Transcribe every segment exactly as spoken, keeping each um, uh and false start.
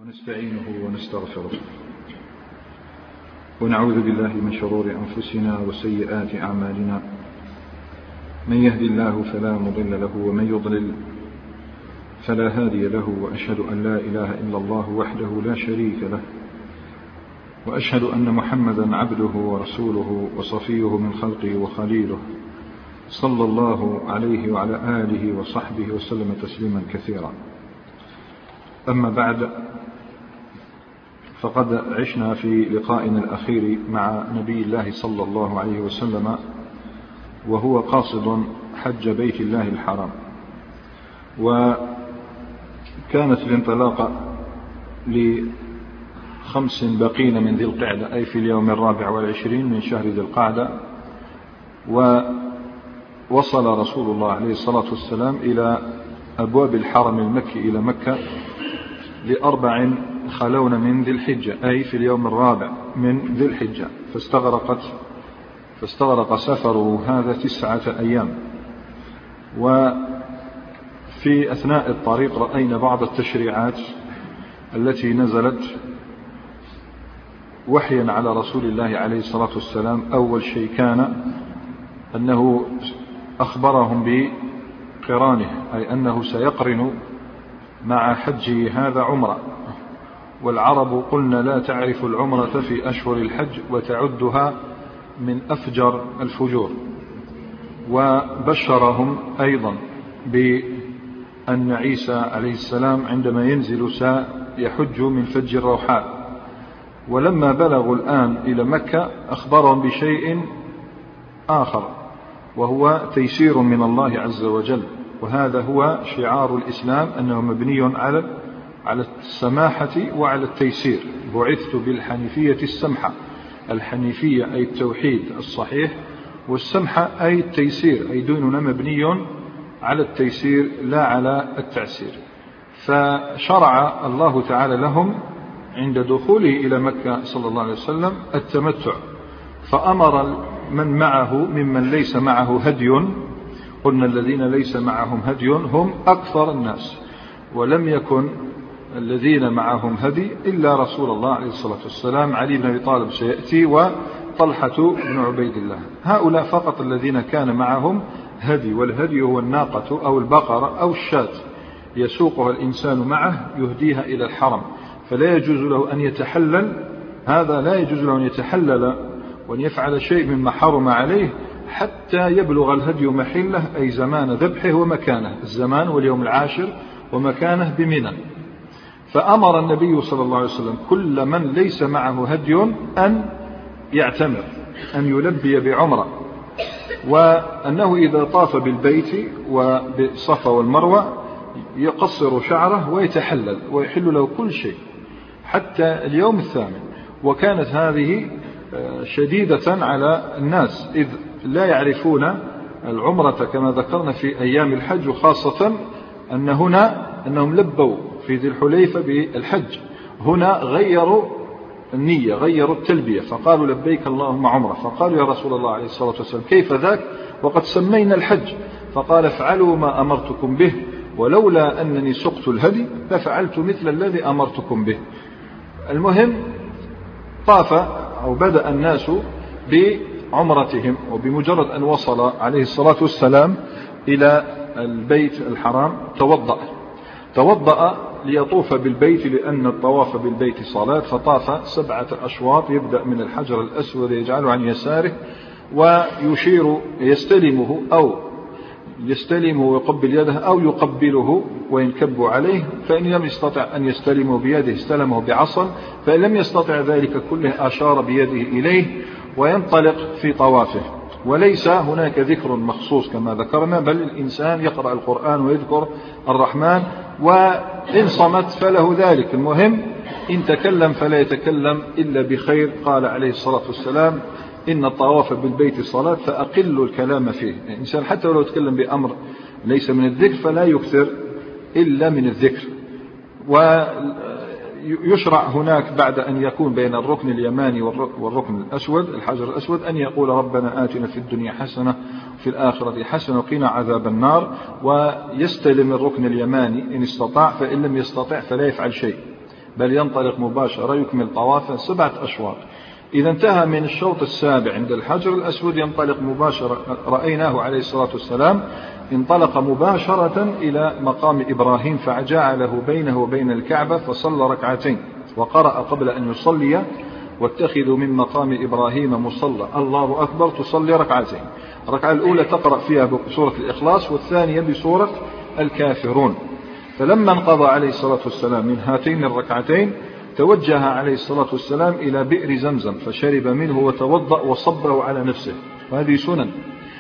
ونستعينه ونستغفره ونعوذ بالله من شرور أنفسنا وسيئات أعمالنا. من يهدي الله فلا مضل له ومن يضلل فلا هادي له، وأشهد أن لا إله إلا الله وحده لا شريك له، وأشهد أن محمدا عبده ورسوله وصفيه من خلقه وخليله، صلى الله عليه وعلى آله وصحبه وسلم تسليما كثيرا. أما بعد، فقد عشنا في لقائنا الأخير مع نبي الله صلى الله عليه وسلم وهو قاصد حج بيت الله الحرام، وكانت الانطلاقة لخمس بقين من ذي القعدة، أي في اليوم الرابع والعشرين من شهر ذي القعدة. ووصل رسول الله عليه الصلاة والسلام إلى أبواب الحرم المكي إلى مكة لأربع خلون من ذي الحجة، أي في اليوم الرابع من ذي الحجة، فاستغرقت فاستغرق سفره هذا تسعة أيام. وفي أثناء الطريق رأينا بعض التشريعات التي نزلت وحيا على رسول الله عليه الصلاة والسلام. أول شيء كان أنه أخبرهم بقرانه، أي أنه سيقرن مع حجه هذا عمرة، والعرب قلنا لا تعرف العمرة في أشهر الحج وتعدها من أفجر الفجور. وبشرهم أيضا بأن عيسى عليه السلام عندما ينزل سيحج من فج الروحاء. ولما بلغوا الآن إلى مكة أخبرهم بشيء آخر، وهو تيسير من الله عز وجل، وهذا هو شعار الإسلام، أنه مبني على على السماحة وعلى التيسير. بعثت بالحنيفية السمحة، الحنيفية أي التوحيد الصحيح، والسمحة أي التيسير، أي ديننا مبني على التيسير لا على التعسير. فشرع الله تعالى لهم عند دخوله إلى مكة صلى الله عليه وسلم التمتع، فأمر من معه ممن ليس معه هدي، قلنا الذين ليس معهم هدي هم أكثر الناس، ولم يكن الذين معهم هدي إلا رسول الله عليه الصلاة والسلام، علي بن أبي طالب سيأتي، وطلحة بن عبيد الله. هؤلاء فقط الذين كان معهم هدي، والهدي هو الناقة أو البقرة أو الشاة يسوقها الإنسان معه يهديها إلى الحرم، فلا يجوز له أن يتحلل، هذا لا يجوز له أن يتحلل وأن يفعل شيء مما حرم عليه حتى يبلغ الهدي محله، أي زمان ذبحه ومكانه، الزمان واليوم العاشر ومكانه بمنى. فأمر النبي صلى الله عليه وسلم كل من ليس معه هدي أن يعتمر، أن يلبي بعمرة، وأنه إذا طاف بالبيت وبالصفا والمروة يقصر شعره ويتحلل ويحل له كل شيء حتى اليوم الثامن. وكانت هذه شديدة على الناس، إذ لا يعرفون العمرة كما ذكرنا في أيام الحج، وخاصة أن هنا أنهم لبوا في ذي الحليفة بالحج، هنا غيروا النية، غيروا التلبية، فقالوا لبيك اللهم عمرة. فقالوا يا رسول الله عليه الصلاة والسلام كيف ذاك وقد سمينا الحج؟ فقال افعلوا ما أمرتكم به، ولولا أنني سقت الهدي لفعلت مثل الذي أمرتكم به. المهم طاف أو بدأ الناس بعمرتهم، وبمجرد أن وصل عليه الصلاة والسلام إلى البيت الحرام توضأ توضأ ليطوف بالبيت، لأن الطواف بالبيت صلاة، فطاف سبعة أشواط، يبدأ من الحجر الأسود يجعله عن يساره ويشير يستلمه أو يستلمه ويقبل يده أو يقبله وينكب عليه، فإن لم يستطع أن يستلمه بيده استلمه بعصا، فإن لم يستطع ذلك كله أشار بيده إليه وينطلق في طوافه. وليس هناك ذكر مخصوص كما ذكرنا، بل الإنسان يقرأ القرآن ويذكر الرحمن، وإن صمت فله ذلك. المهم إن تكلم فلا يتكلم إلا بخير. قال عليه الصلاة والسلام إن الطواف بالبيت صلاة فأقل الكلام فيه. الإنسان حتى ولو يتكلم بأمر ليس من الذكر فلا يكثر إلا من الذكر. ويشرع هناك بعد أن يكون بين الركن اليماني والركن الأسود الحجر الأسود أن يقول ربنا آتنا في الدنيا حسنة في الآخرة حسنة وقنا عذاب النار، ويستلم الركن اليماني إن استطاع، فإن لم يستطع فلا يفعل شيء. بل ينطلق مباشرة يكمل طوافه سبعة أشواط. إذا انتهى من الشوط السابع عند الحجر الأسود ينطلق مباشرة، رأيناه عليه الصلاة والسلام انطلق مباشرة إلى مقام إبراهيم فجعله بينه وبين الكعبة فصلى ركعتين، وقرأ قبل أن يصلي واتخذوا من مقام إبراهيم مصلى الله أكبر، تصلي ركعتين. الركعة الأولى تقرأ فيها بسورة الإخلاص والثانية بسورة الكافرون. فلما انقضى عليه الصلاة والسلام من هاتين الركعتين توجه عليه الصلاة والسلام إلى بئر زمزم فشرب منه وتوضأ وصبه على نفسه، وهذه سنن.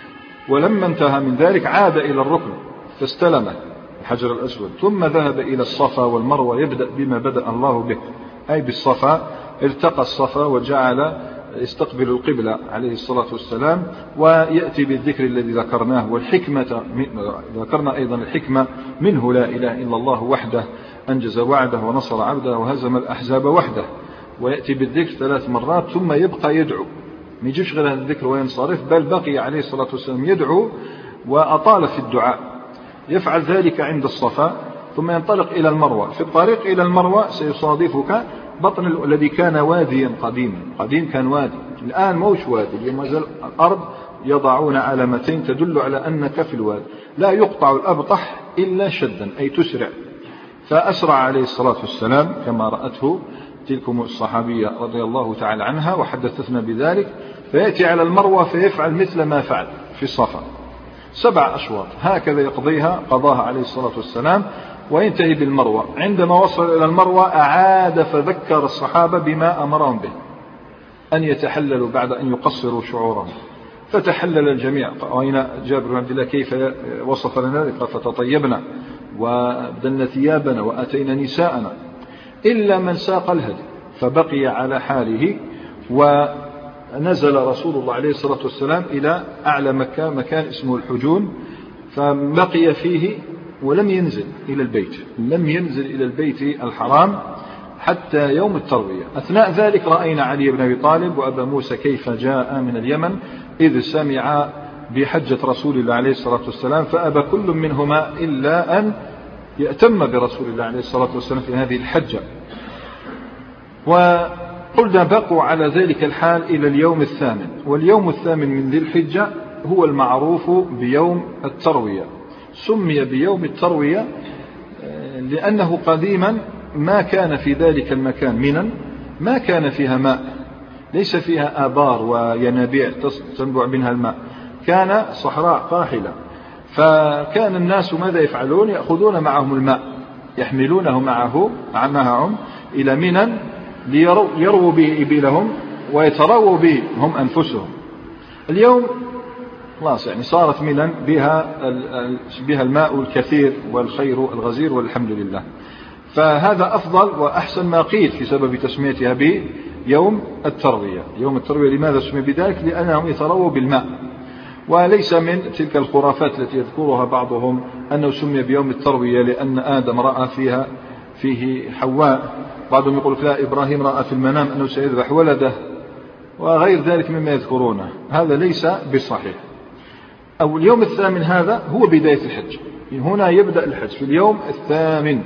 ولما انتهى من ذلك عاد إلى الركن فاستلمه الحجر الأسود، ثم ذهب إلى الصفا والمروة يبدأ بما بدأ الله به، أي بالصفا. التقى الصفا وجعل يستقبل القبلة عليه الصلاة والسلام ويأتي بالذكر الذي ذكرناه والحكمة. ذكرنا أيضا الحكمة منه لا إله إلا الله وحده أنجز وعده ونصر عبده وهزم الأحزاب وحده، ويأتي بالذكر ثلاث مرات ثم يبقى يدعو، ما يجيش غير هذا الذكر وينصرف، بل بقي عليه الصلاة والسلام يدعو وأطال في الدعاء. يفعل ذلك عند الصفا ثم ينطلق إلى المروة. في الطريق إلى المروة سيصادفك بطن الذي كان واديا قديما، قديم كان وادي، الآن موش وادي، اليوم زال الأرض يضعون علامتين تدل على أنك في الوادي. لا يقطع الأبطح إلا شدا أي تسرع. فأسرع عليه الصلاة والسلام كما رأته تلكم الصحابية رضي الله تعالى عنها وحدثتنا بذلك، فيأتي على المروة فيفعل مثل ما فعل في الصفا سبع أشواط، هكذا يقضيها قضاها عليه الصلاة والسلام وينتهي بالمروة. عندما وصل إلى المروة أعاد فذكر الصحابة بما أمرهم به أن يتحللوا بعد أن يقصروا شعورهم، فتحلل الجميع. رأينا جابر بن عبد الله كيف وصف لنا ذلك، فتطيبنا وابدلنا ثيابنا وأتينا نساءنا إلا من ساق الهدي فبقي على حاله. ونزل رسول الله عليه الصلاة والسلام إلى أعلى مكان، مكان اسمه الحجون، فبقي فيه ولم ينزل إلى البيت، لم ينزل إلى البيت الحرام حتى يوم التروية. أثناء ذلك رأينا علي بن أبي طالب وأبا موسى كيف جاء من اليمن إذ سمع بحجة رسول الله عليه الصلاة والسلام، فأبى كل منهما إلا أن يأتم برسول الله عليه الصلاة والسلام في هذه الحجة. وقلنا بقوا على ذلك الحال إلى اليوم الثامن، واليوم الثامن من ذي الحجة هو المعروف بيوم التروية. سمي بيوم التروية لأنه قديما ما كان في ذلك المكان منى ما كان فيها ماء، ليس فيها آبار وينابيع تنبع منها الماء، كان صحراء قاحلة. فكان الناس ماذا يفعلون؟ يأخذون معهم الماء يحملونه معه معهم إلى منى ليروا به إبلهم ويترووا به هم أنفسهم. اليوم خلاص يعني صارت منى بها بها الماء الكثير والخير الغزير والحمد لله. فهذا أفضل وأحسن ما قيل في سبب تسميتها بيوم التروية. يوم التروية لماذا سمي بذلك؟ لأنهم يترووا بالماء، وليس من تلك الخرافات التي يذكرها بعضهم أنه سمي بيوم التروية لأن آدم رأى فيها فيه حواء. بعضهم يقول لا، إبراهيم رأى في المنام أنه سيذبح ولده وغير ذلك مما يذكرونه، هذا ليس بصحيح. أو اليوم الثامن هذا هو بداية الحج، هنا يبدأ الحج في اليوم الثامن،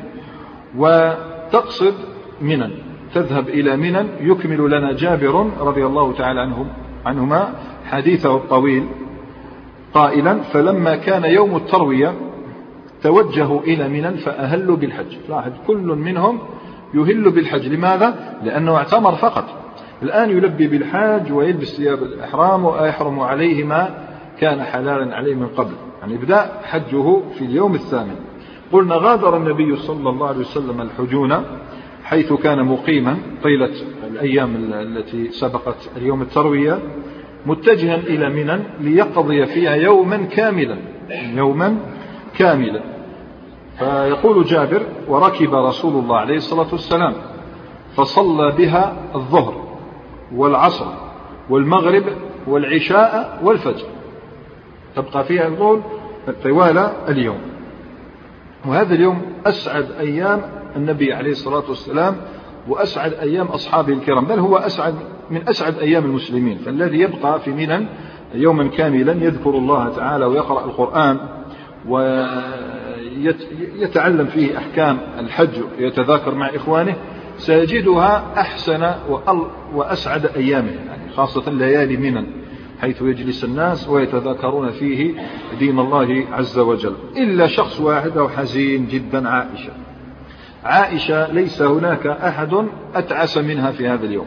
وتقصد منى، تذهب إلى منى. يكمل لنا جابر رضي الله تعالى عنهم عنهما حديثه الطويل قائلا: فلما كان يوم التروية توجهوا إلى منى فأهلوا بالحج. لاحظ كل منهم يهل بالحج، لماذا؟ لأنه اعتمر فقط، الآن يلبي بالحاج ويلبس ثياب الإحرام ويحرم عليه ما كان حلالا عليه من قبل، يعني يبدأ حجه في اليوم الثامن. قلنا غادر النبي صلى الله عليه وسلم الحجون حيث كان مقيما طيلة الأيام التي سبقت اليوم التروية، متجها إلى منى ليقضي فيها يوما كاملا يوما كاملا. فيقول جابر: وركب رسول الله عليه الصلاة والسلام فصلى بها الظهر والعصر والمغرب والعشاء والفجر، تبقى فيها الظهر طوال اليوم. وهذا اليوم أسعد أيام النبي عليه الصلاة والسلام وأسعد أيام أصحابه الكرام، بل هو أسعد من أسعد أيام المسلمين. فالذي يبقى في منى يوما كاملا يذكر الله تعالى ويقرأ القرآن ويتعلم فيه أحكام الحج ويتذاكر مع إخوانه، سيجدها أحسن وأسعد أيامه، يعني خاصة ليالي منن حيث يجلس الناس ويتذاكرون فيه دين الله عز وجل. إلا شخص واحد أو حزين جدا، عائشة. عائشة ليس هناك أحد أتعس منها في هذا اليوم.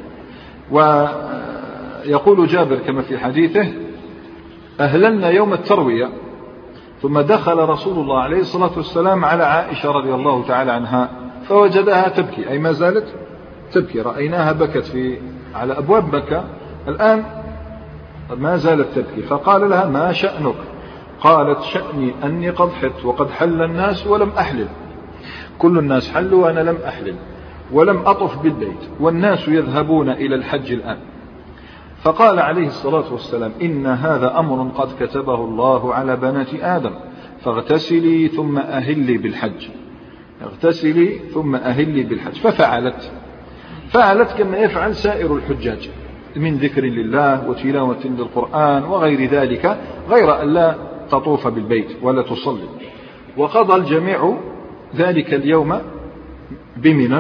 ويقول جابر كما في حديثه: أهللنا يوم التروية ثم دخل رسول الله عليه الصلاة والسلام على عائشة رضي الله تعالى عنها فوجدها تبكي، أي ما زالت تبكي، رأيناها بكت في على أبواب مكة، الآن ما زالت تبكي. فقال لها: ما شأنك؟ قالت: شأني أني قد حت وقد حل الناس ولم أحلل، كل الناس حلوا وأنا لم أحلل ولم أطف بالبيت والناس يذهبون إلى الحج الآن. فقال عليه الصلاة والسلام: إن هذا أمر قد كتبه الله على بنات آدم، فاغتسلي ثم أهلي بالحج، اغتسلي ثم أهلي بالحج. ففعلت فعلت كما يفعل سائر الحجاج من ذكر لله وتلاوة للقرآن وغير ذلك، غير أن لا تطوف بالبيت ولا تصلي. وقضى الجميع ذلك اليوم بمنى،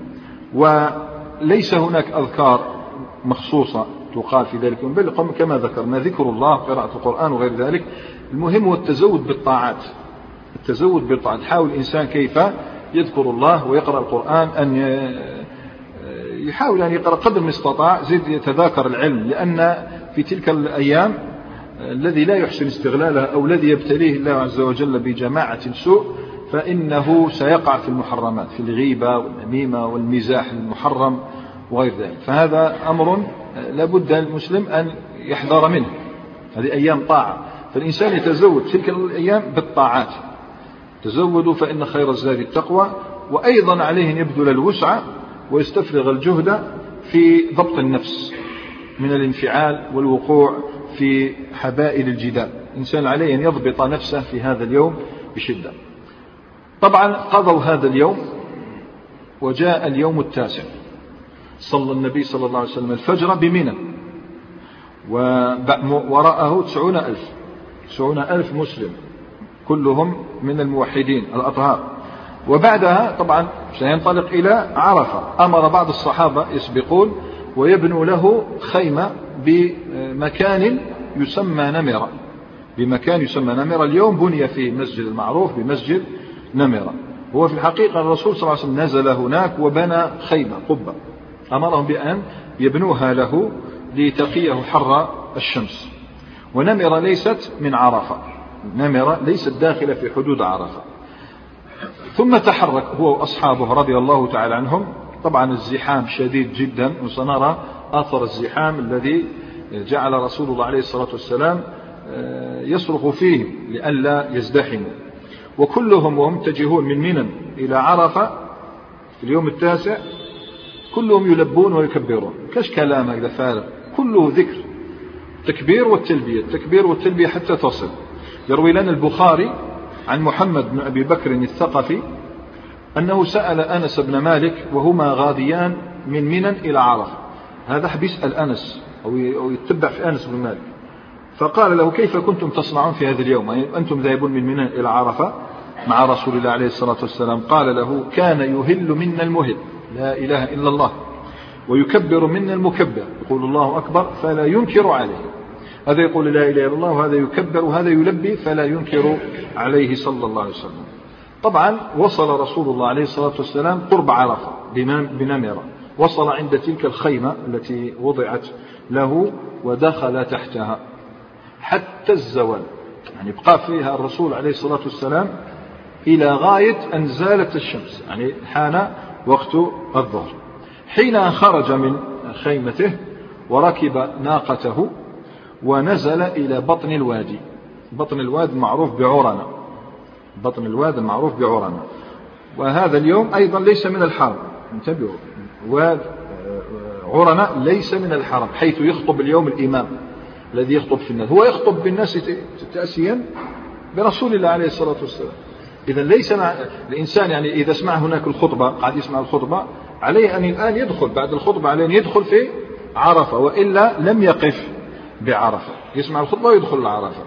وليس هناك أذكار مخصوصة تقال في ذلك اليوم، بل كما ذكرنا ذكر الله، قراءة القرآن وغير ذلك. المهم هو التزود بالطاعات، التزود بالطاعات. حاول الإنسان كيف يذكر الله ويقرأ القرآن، أن يحاول أن يقرأ قدر ما استطاع، زيد يتذاكر العلم، لأن في تلك الأيام الذي لا يحسن استغلالها أو الذي يبتليه الله عز وجل بجماعة سوء فإنه سيقع في المحرمات، في الغيبة والنميمة والمزاح المحرم وغير ذلك. فهذا أمر لابد المسلم أن يحذر منه. هذه أيام طاعة، فالإنسان يتزود تلك الأيام بالطاعات. تزودوا فإن خير الزاد التقوى. وأيضا عليه أن يبذل الوسع ويستفرغ الجهد في ضبط النفس من الانفعال والوقوع في حبائل الجدال. الإنسان عليه أن يضبط نفسه في هذا اليوم بشدة. طبعا قضوا هذا اليوم وجاء اليوم التاسع، صلى النبي صلى الله عليه وسلم الفجر بمنى وراءه تسعون ألف تسعون ألف مسلم كلهم من الموحدين الأطهار. وبعدها طبعا سينطلق إلى عرفة. أمر بعض الصحابة يسبقون ويبنوا له خيمة بمكان يسمى نمرة، بمكان يسمى نمرة. اليوم بني في مسجد المعروف بمسجد نمرة. هو في الحقيقة الرسول صلى الله عليه وسلم نزل هناك وبنى خيمة قبة، أمرهم بأن يبنوها له لتقيه حر الشمس. ونمرة ليست من عرفة، نمرة ليست داخلة في حدود عرفة. ثم تحرك هو وأصحابه رضي الله تعالى عنهم. طبعا الزحام شديد جدا، وسنرى أثر الزحام الذي جعل رسول الله عليه الصلاة والسلام يصرخ فيهم لئلا يزدحموا. وكلهم وهم متجهون من منى إلى عرفة في اليوم التاسع كلهم يلبون ويكبرون، كاش كلام هذا فارغ، كله ذكر، تكبير والتلبية، التكبير والتلبية حتى تصل. يروي لنا البخاري عن محمد بن أبي بكر الثقفي أنه سأل أنس بن مالك وهما غاديان من منى إلى عرفة. هذا حبيس الأنس أو يتبع في أنس بن مالك، فقال له: كيف كنتم تصنعون في هذا اليوم؟ يعني أنتم ذاهبون من منى إلى عرفة مع رسول الله عليه الصلاة والسلام. قال له: كان يهل منا المهل، لا إله إلا الله، ويكبر منا المكبر، يقول الله أكبر فلا ينكر عليه. هذا يقول لا إله إلا الله وهذا يكبر وهذا يلبي فلا ينكر عليه صلى الله عليه وسلم. طبعا وصل رسول الله عليه الصلاة والسلام قرب عرفة بنمرة، وصل عند تلك الخيمة التي وضعت له ودخل تحتها حتى الزوال، يعني بقى فيها الرسول عليه الصلاة والسلام إلى غاية أن زالت الشمس، يعني حان وقت الظهر. حين خرج من خيمته وركب ناقته ونزل إلى بطن الوادي. بطن الوادي المعروف بعرنة، بطن الوادي المعروف بعرنة. وهذا اليوم أيضا ليس من الحرم، انتبهوا، واد عرنة ليس من الحرم، حيث يخطب اليوم الإمام الذي يخطب في الناس، هو يخطب بالناس تأسيا برسول الله عليه الصلاة والسلام. إذا ليس مع الإنسان، يعني إذا سمع هناك الخطبة قاعد يسمع الخطبة عليه أن الآن يدخل بعد الخطبة، عليه أن يدخل في عرفة، وإلا لم يقف بعرفة، يسمع الخطبة ويدخل لعرفة.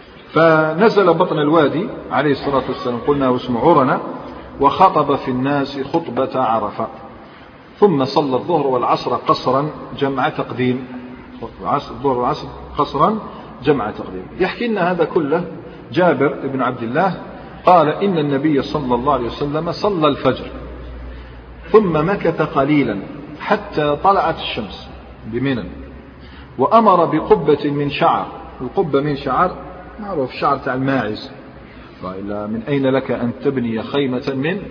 فنزل بطن الوادي عليه الصلاة والسلام، قلنا اسمه عرنة، وخطب في الناس خطبة عرفة. ثم صلى الظهر والعصر قصرا جمع تقديم، الظهر والعصر قصرا جمع تقديم. يحكي لنا هذا كله جابر بن عبد الله قال إن النبي صلى الله عليه وسلم صلى الفجر ثم مكث قليلا حتى طلعت الشمس بمنى، وأمر بقبة من شعر. القبة من شعر معروف، شعر تاع الماعز. وإلا من أين لك أن تبني خيمة من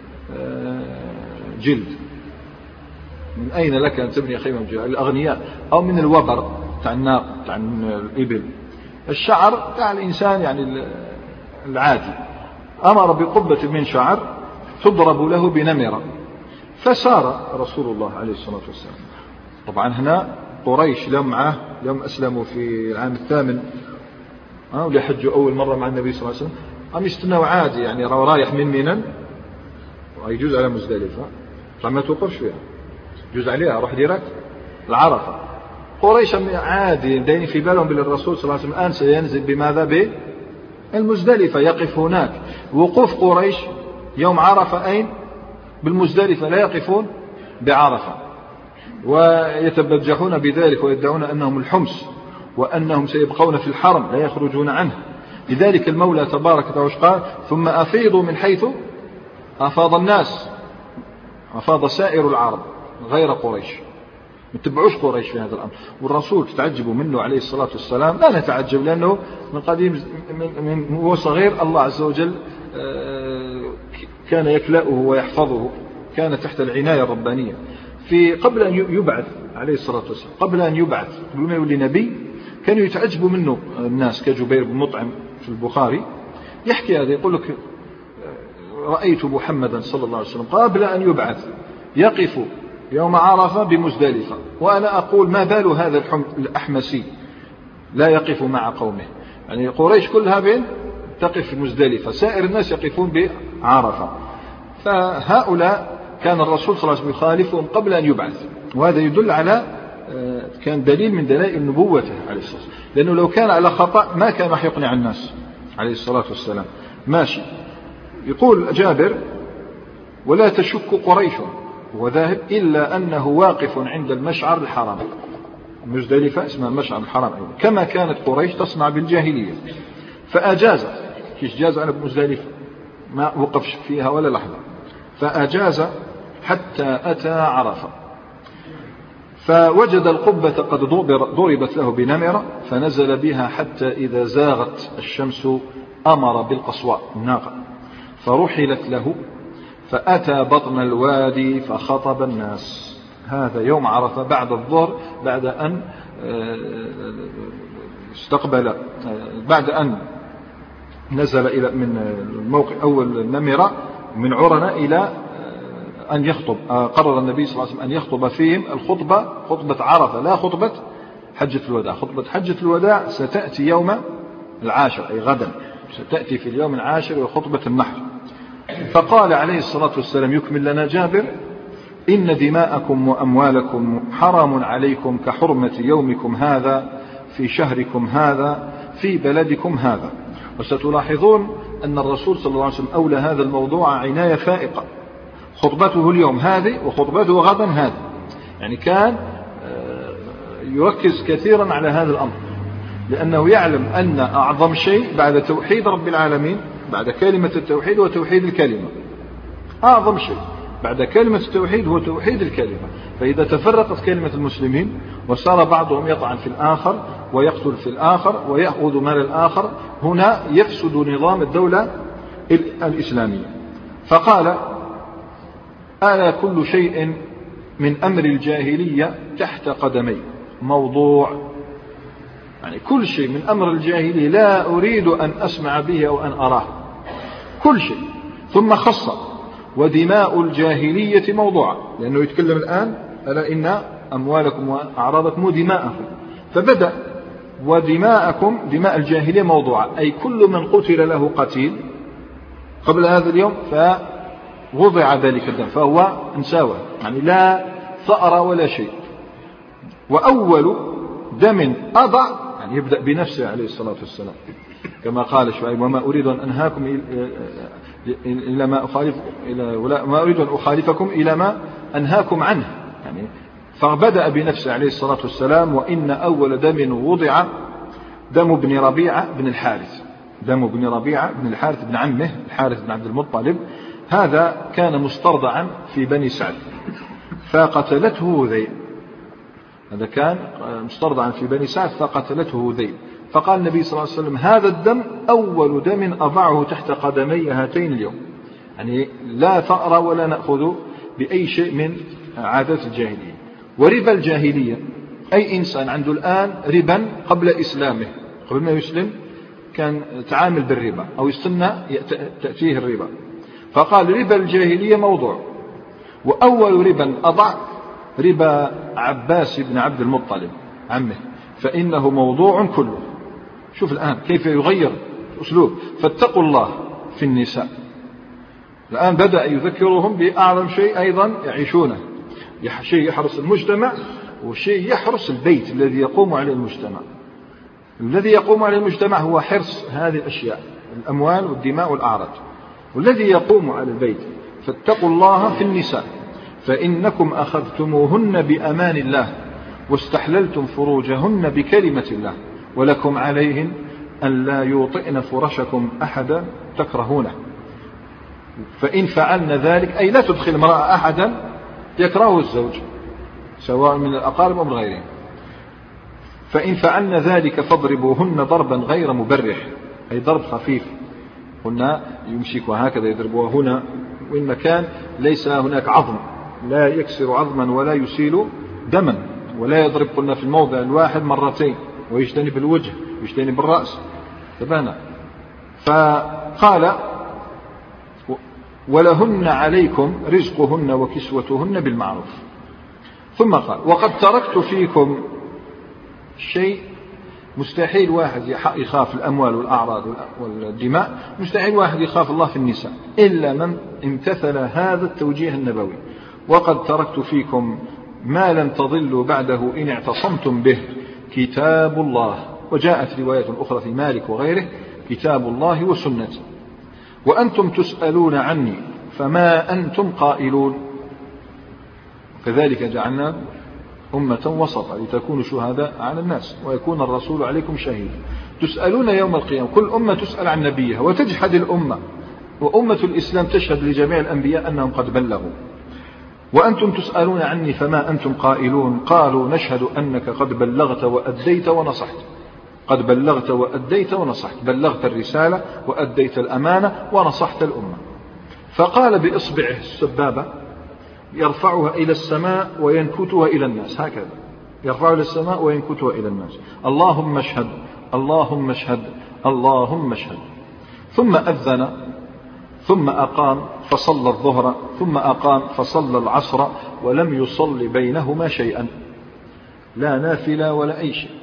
جلد؟ من أين لك أن تبني خيمة من جلد؟ الأغنياء. أو من الوبر تاع الناق تاع الإبل. الشعر تاع الإنسان يعني العادي. أمر بقبة من شعر تضرب له بنمرة، فسار رسول الله عليه الصلاة والسلام. طبعا هنا قريش لهم معه، لهم أسلموا في العام الثامن أه واللي حجوا أول مرة مع النبي صلى الله عليه وسلم، هم يستنوا عادي يعني راهو رايح من منى ويجوز على مزدلفة، فما توقفش فيها، يجوز عليها روح ديركت العرفة. قريش عادي داين في بالهم بالرسول صلى الله عليه وسلم الآن سينزل بماذا؟ بالمزدلفة، يقف هناك. وقوف قريش يوم عرفة أين؟ بالمزدلفة، لا يقفون بعرفة، ويتبجحون بذلك ويدعون أنهم الحمص وأنهم سيبقون في الحرم لا يخرجون عنه. لذلك المولى تبارك وتعالى قال ثم أفيضوا من حيث أفاض الناس، أفاض سائر العرب غير قريش. ما تبعوش قريش في هذا الأمر. والرسول تتعجبوا منه عليه الصلاة والسلام، لا نتعجب لأنه من قديم من هو صغير الله عز وجل كان يكلأه ويحفظه، كان تحت العناية الربانية. في قبل أن يبعث عليه الصلاة والسلام، قبل أن يبعث قبل ما يولي نبي، كانوا يتعجبوا منه الناس كجبير بن مطعم في البخاري يحكي هذا، يقول لك رأيت محمدا صلى الله عليه وسلم قبل أن يبعث يقف يوم عرفة بمزدلفة، وأنا أقول ما بال هذا الأحمسي لا يقف مع قومه. يعني قريش كلها بين تقف في مزدلفة، سائر الناس يقفون بعرفة. فهؤلاء كان الرسول صلى الله عليه وسلم يخالفهم قبل أن يبعث، وهذا يدل على كان دليل من دلائل نبوته عليه الصلاة والسلام، لأنه لو كان على خطأ ما كان راح يقنع الناس عليه الصلاة والسلام. ماشي. يقول جابر ولا تشك قريش وذاهب إلا أنه واقف عند المشعر الحرام. مزدلفة اسمها المشعر الحرام أيضا، كما كانت قريش تصنع بالجاهلية. فأجاز، كيش جاز على مزدلفة ما وقفش فيها ولا لحظة، فأجاز حتى أتى عرفة، فوجد القبة قد ضربت له بنمرة، فنزل بها حتى إذا زاغت الشمس أمر بالقصواء الناقة، فرحلت له، فأتى بطن الوادي فخطب الناس. هذا يوم عرفة بعد الظهر، بعد أن استقبل، بعد أن نزل إلى من الموقع أول النمرة من عرنة إلى أن يخطب. قرر النبي صلى الله عليه وسلم أن يخطب فيهم الخطبة خطبة عرفة، لا خطبة حجة الوداع. خطبة حجة الوداع ستأتي يوم العاشر أي غدا، ستأتي في اليوم العاشر وخطبة النحر. فقال عليه الصلاة والسلام يكمل لنا جابر إن دماءكم وأموالكم حرام عليكم كحرمة يومكم هذا في شهركم هذا في بلدكم هذا. وستلاحظون أن الرسول صلى الله عليه وسلم أولى هذا الموضوع عناية فائقة، خطبته اليوم هذه وخطبته غدا هذه، يعني كان يركز كثيرا على هذا الأمر، لأنه يعلم أن أعظم شيء بعد توحيد رب العالمين، بعد كلمة التوحيد وتوحيد الكلمة، أعظم شيء بعد كلمة التوحيد هو توحيد الكلمة. فإذا تفرقت كلمة المسلمين وصار بعضهم يطعن في الآخر ويقتل في الآخر ويأخذ مال الآخر، هنا يفسد نظام الدولة الإسلامية. فقال ألا كل شيء من أمر الجاهلية تحت قدمي موضوع، يعني كل شيء من أمر الجاهلية لا أريد أن أسمع به أو أن أراه، كل شيء. ثم خص ودماء الجاهلية موضوع، لأنه يتكلم الآن ألا إن أموالكم وأعراضكم ودماءكم، فبدأ ودماءكم دماء الجاهلية موضوع، أي كل من قتل له قتيل قبل هذا اليوم فوضع ذلك الدم فهو انساوى، يعني لا ثأر ولا شيء. وأول دم أضع، يعني يبدأ بنفسه عليه الصلاة والسلام، كما قال شعيب وما أريد أن أنهاكم إلى ما أخالف إلى ولا ما أريد أن أخالفكم إلى ما أنهاكم عنه، يعني فبدأ بنفسه عليه الصلاة والسلام. وإن أول دم وضع دم ابن ربيعة بن الحارث، دم ابن ربيعة بن الحارث بن عمه الحارث بن عبد المطلب، هذا كان مسترضعا في بني سعد فقتلته ذيل، هذا كان مسترضعا في بني سعد فقتلته ذيل. فقال النبي صلى الله عليه وسلم هذا الدم أول دم أضعه تحت قدمي هاتين اليوم، يعني لا ثأر ولا نأخذ بأي شيء من عادات الجاهلية. وربا الجاهلية، أي إنسان عنده الآن ربا قبل إسلامه، قبل ما يسلم كان تعامل بالربا أو يستنى تأتيه الربا، فقال ربا الجاهلية موضوع، وأول ربا أضع ربا عباس بن عبد المطلب عمه، فإنه موضوع كله. شوف الآن كيف يغير أسلوب. فاتقوا الله في النساء، الآن بدأ يذكرهم بأعظم شيء أيضا يعيشونه، شيء يحرس المجتمع وشيء يحرس البيت الذي يقوم عليه المجتمع. الذي يقوم عليه المجتمع هو حرص هذه الأشياء، الأموال والدماء والأعراض، والذي يقوم على البيت. فاتقوا الله في النساء فإنكم أخذتموهن بأمان الله واستحللتم فروجهن بكلمة الله ولكم عليهن أن لا يوطئن فرشكم أحدا تكرهونه. فإن فعلن ذلك، أي لا تدخل امرأة أحدا يكرهه الزوج سواء من الأقارب أو من غيرهم، فإن فعلن ذلك فاضربوهن ضربا غير مبرح، أي ضرب خفيف، قلنا يمسكوا هكذا يضربوها هنا وإن مكان ليس هناك عظم، لا يكسر عظما ولا يسيل دما، ولا يضرب قلنا في الموضع الواحد مرتين ويجتنب الوجه ويجتنب الرأس تبانا. فقال ولهن عليكم رزقهن وكسوتهن بالمعروف. ثم قال وقد تركت فيكم شيء مستحيل واحد يخاف الأموال والأعراض والدماء، مستحيل واحد يخاف الله في النساء إلا من امتثل هذا التوجيه النبوي. وقد تركت فيكم ما لم تضلوا بعده إن اعتصمتم به كتاب الله، وجاءت رواية أخرى في مالك وغيره كتاب الله وسنتي، وأنتم تسألون عني فما أنتم قائلون. كذلك جعلنا أمة وسطا لتكونوا شهداء على الناس ويكون الرسول عليكم شهيدا. تسألون يوم القيامة، كل أمة تسأل عن نبيها وتجحد الأمة، وأمة الإسلام تشهد لجميع الأنبياء أنهم قد بلغوا. وأنتم تسألون عني فما أنتم قائلون، قالوا نشهد أنك قد بلغت وأديت ونصحت. قد بلغت وأديت ونصحت، بلغت الرسالة وأديت الأمانة ونصحت الأمة. فقال بإصبعه السبابة يرفعها إلى السماء وينكتها إلى الناس، هكذا يرفعها إلى السماء وينكتها إلى الناس، اللهم اشهد اللهم اشهد اللهم اشهد. ثم أذن ثم أقام فصلى الظهر ثم أقام فصلى العصر ولم يصل بينهما شيئا، لا نافلة ولا أي شيء.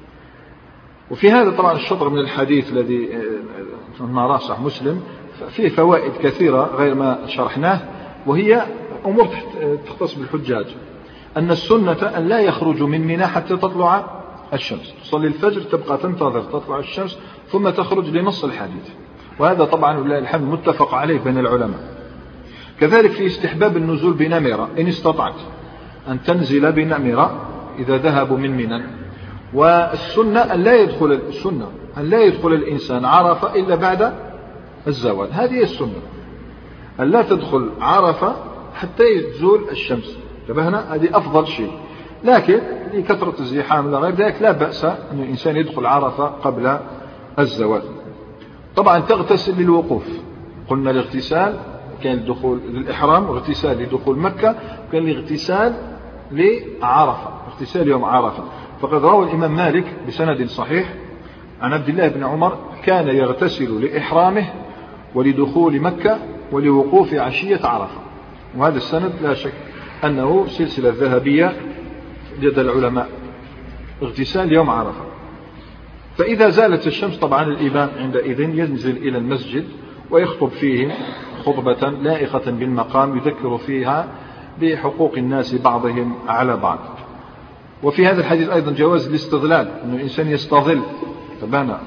وفي هذا طبعا الشطر من الحديث الذي ما راسح مسلم فيه فوائد كثيرة غير ما شرحناه، وهي أمور تختص بالحجاج. أن السنة أن لا يخرجوا من منى حتى تطلع الشمس، تصلي الفجر تبقى تنتظر تطلع الشمس ثم تخرج لنص الحديث، وهذا طبعا لله الحمد متفق عليه بين العلماء. كذلك في استحباب النزول بنمرة إن استطعت أن تنزل بنمرة إذا ذهبوا من منى. والسنة أن لا يدخل السنة أن لا يدخل الإنسان عرفة إلا بعد الزوال، هذه السنة، أن لا تدخل عرفة حتى يزول الشمس، انتبهنا، هذه أفضل شيء. لكن لكثرة الزحام ولا غير ذلك لا بأس أن الإنسان يدخل عرفة قبل الزوال. طبعا تغتسل للوقوف، قلنا الاغتسال كان الدخول للإحرام واغتسال لدخول مكة، وكان الاغتسال لعرفة، اغتسال يوم عرفة. فقد روى الإمام مالك بسند صحيح عن عبد الله بن عمر كان يغتسل لإحرامه ولدخول مكة ولوقوف عشية عرفة، وهذا السند لا شك أنه سلسلة ذهبية لدى العلماء، اغتسال يوم عرفة. فإذا زالت الشمس طبعا الإمام عندئذ ينزل إلى المسجد ويخطب فيه خطبة لائقة بالمقام يذكر فيها بحقوق الناس بعضهم على بعض. وفي هذا الحديث أيضا جواز الاستظلال، أن الإنسان يستظل، تبانا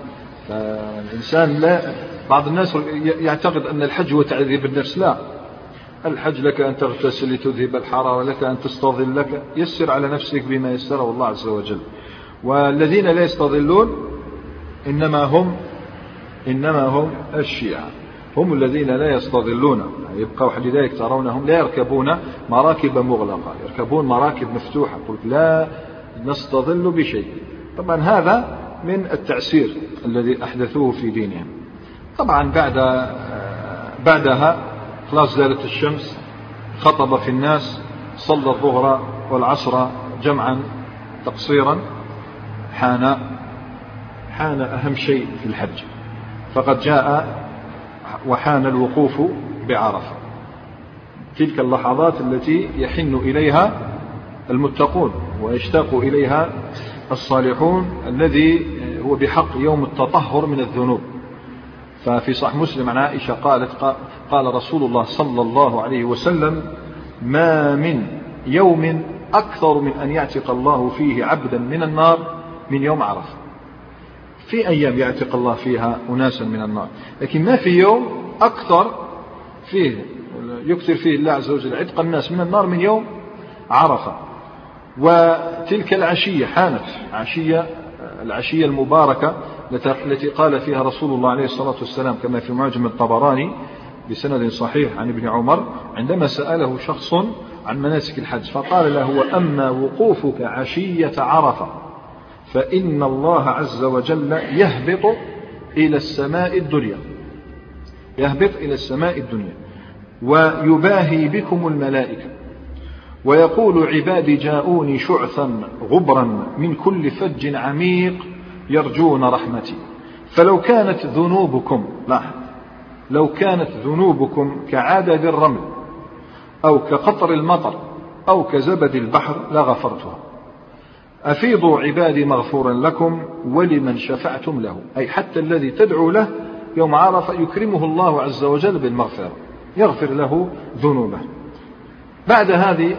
فالإنسان لا، بعض الناس يعتقد أن الحج هو تعذيب النفس. لا، الحج لك أن تغتسل لتذهب الحرارة، لك أن تستظل، لك يسر على نفسك بما يسره الله عز وجل. والذين لا يستظلون إنما هم إنما هم الشيعة، هم الذين لا يستظلون، يعني يبقوا لذلك ترونهم لا يركبون مراكب مغلقة، يركبون مراكب مفتوحة، قلت لا نستظل بشيء. طبعا هذا من التعسير الذي أحدثوه في دينهم. طبعا بعد بعدها خلاص زالت الشمس، خطب في الناس، صلى الظهر والعصر جمعا تقصيرا، حان حان أهم شيء في الحج، فقد جاء وحان الوقوف بعرفة. تلك اللحظات التي يحن إليها المتقون ويشتاق إليها الصالحون، الذي هو بحق يوم التطهر من الذنوب. ففي صحيح مسلم عن عائشة قالت قال رسول الله صلى الله عليه وسلم: ما من يوم أكثر من أن يعتق الله فيه عبدا من النار من يوم عرفة. في أيام يعتق الله فيها أناسا من النار، لكن ما في يوم أكثر فيه يكثر فيه الله عز وجل عتق الناس من النار من يوم عرفة. وتلك العشية حانت عشية العشية المباركة التي قال فيها رسول الله عليه الصلاة والسلام كما في معجم الطبراني بسند صحيح عن ابن عمر، عندما سأله شخص عن مناسك الحج فقال له: وأما وقوفك عشية عرفة فإن الله عز وجل يهبط إلى السماء الدنيا يهبط إلى السماء الدنيا ويباهي بكم الملائكة ويقول: عبادي جاءوني شعثا غبرا من كل فج عميق يرجون رحمتي، فلو كانت ذنوبكم لاحظ لو كانت ذنوبكم كعدد الرمل أو كقطر المطر أو كزبد البحر لغفرتها. أفيضوا عبادي مغفورا لكم ولمن شفعتم له، أي حتى الذي تدعو له يوم عرفة يكرمه الله عز وجل بالمغفرة، يغفر له ذنوبه. بعد هذه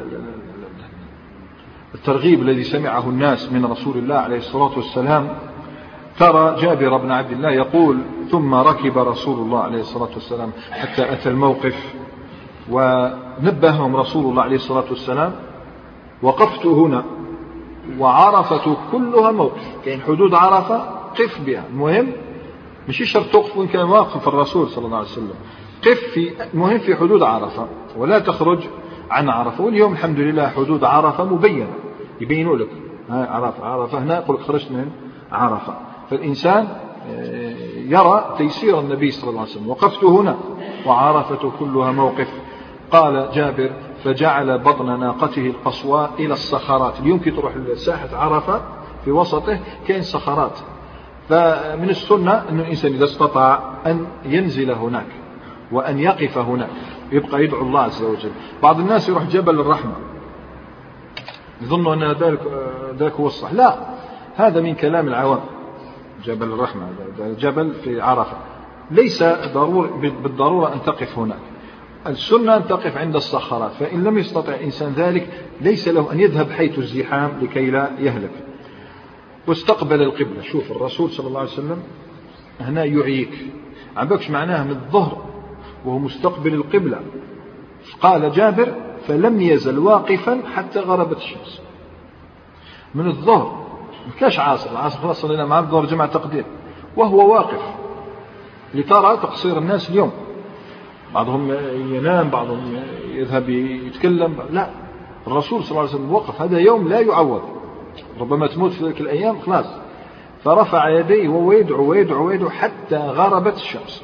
الترغيب الذي سمعه الناس من رسول الله عليه الصلاة والسلام، ترى جابر بن عبد الله يقول: ثم ركب رسول الله عليه الصلاة والسلام حتى أتى الموقف، ونبههم رسول الله عليه الصلاة والسلام: وقفت هنا وعرفة كلها موقف، كاين حدود عرفة قف بها، المهم مش شرط تقف وإن كان واقف الرسول صلى الله عليه وسلم، قف في المهم في حدود عرفة ولا تخرج عن عرفة. واليوم الحمد لله حدود عرفة مبينة، يبينوا لك عرفة عرفة هنا، يقول لك خرجت من عرفة. فالإنسان يرى تيسير النبي صلى الله عليه وسلم: وقفت هنا وعرفة كلها موقف. قال جابر: فجعل بطن ناقته القصواء إلى الصخرات. اليوم كي تروح لساحة عرفة في وسطه كاين صخرات، فمن السنة أن الإنسان إذا استطاع أن ينزل هناك وأن يقف هناك يبقى يدعو الله عز وجل. بعض الناس يروح جبل الرحمة يظنوا أن ذلك ذاك هو الصح، لا، هذا من كلام العوام. جبل الرحمة جبل في عرفة، ليس ضرور بالضرورة أن تقف هناك، السنة أن تقف عند الصخرات، فإن لم يستطع إنسان ذلك ليس له أن يذهب حيث الزحام لكي لا يهلك. واستقبل القبلة. شوف الرسول صلى الله عليه وسلم هنا يعيك، عبكش معناه من الظهر وهو مستقبل القبلة. قال جابر: فلم يزل واقفا حتى غربت الشمس. من الظهر مكاش عاصر، العاصر خلاص صلينا مع الظهر جمع تقدير، وهو واقف لترى تقصير الناس اليوم. بعضهم ينام، بعضهم يذهب يتكلم، لا، الرسول صلى الله عليه وسلم وقف. هذا يوم لا يعوض، ربما تموت في ذلك الأيام خلاص. فرفع يديه وهو يدعو ويدعو ويدعو حتى غربت الشمس.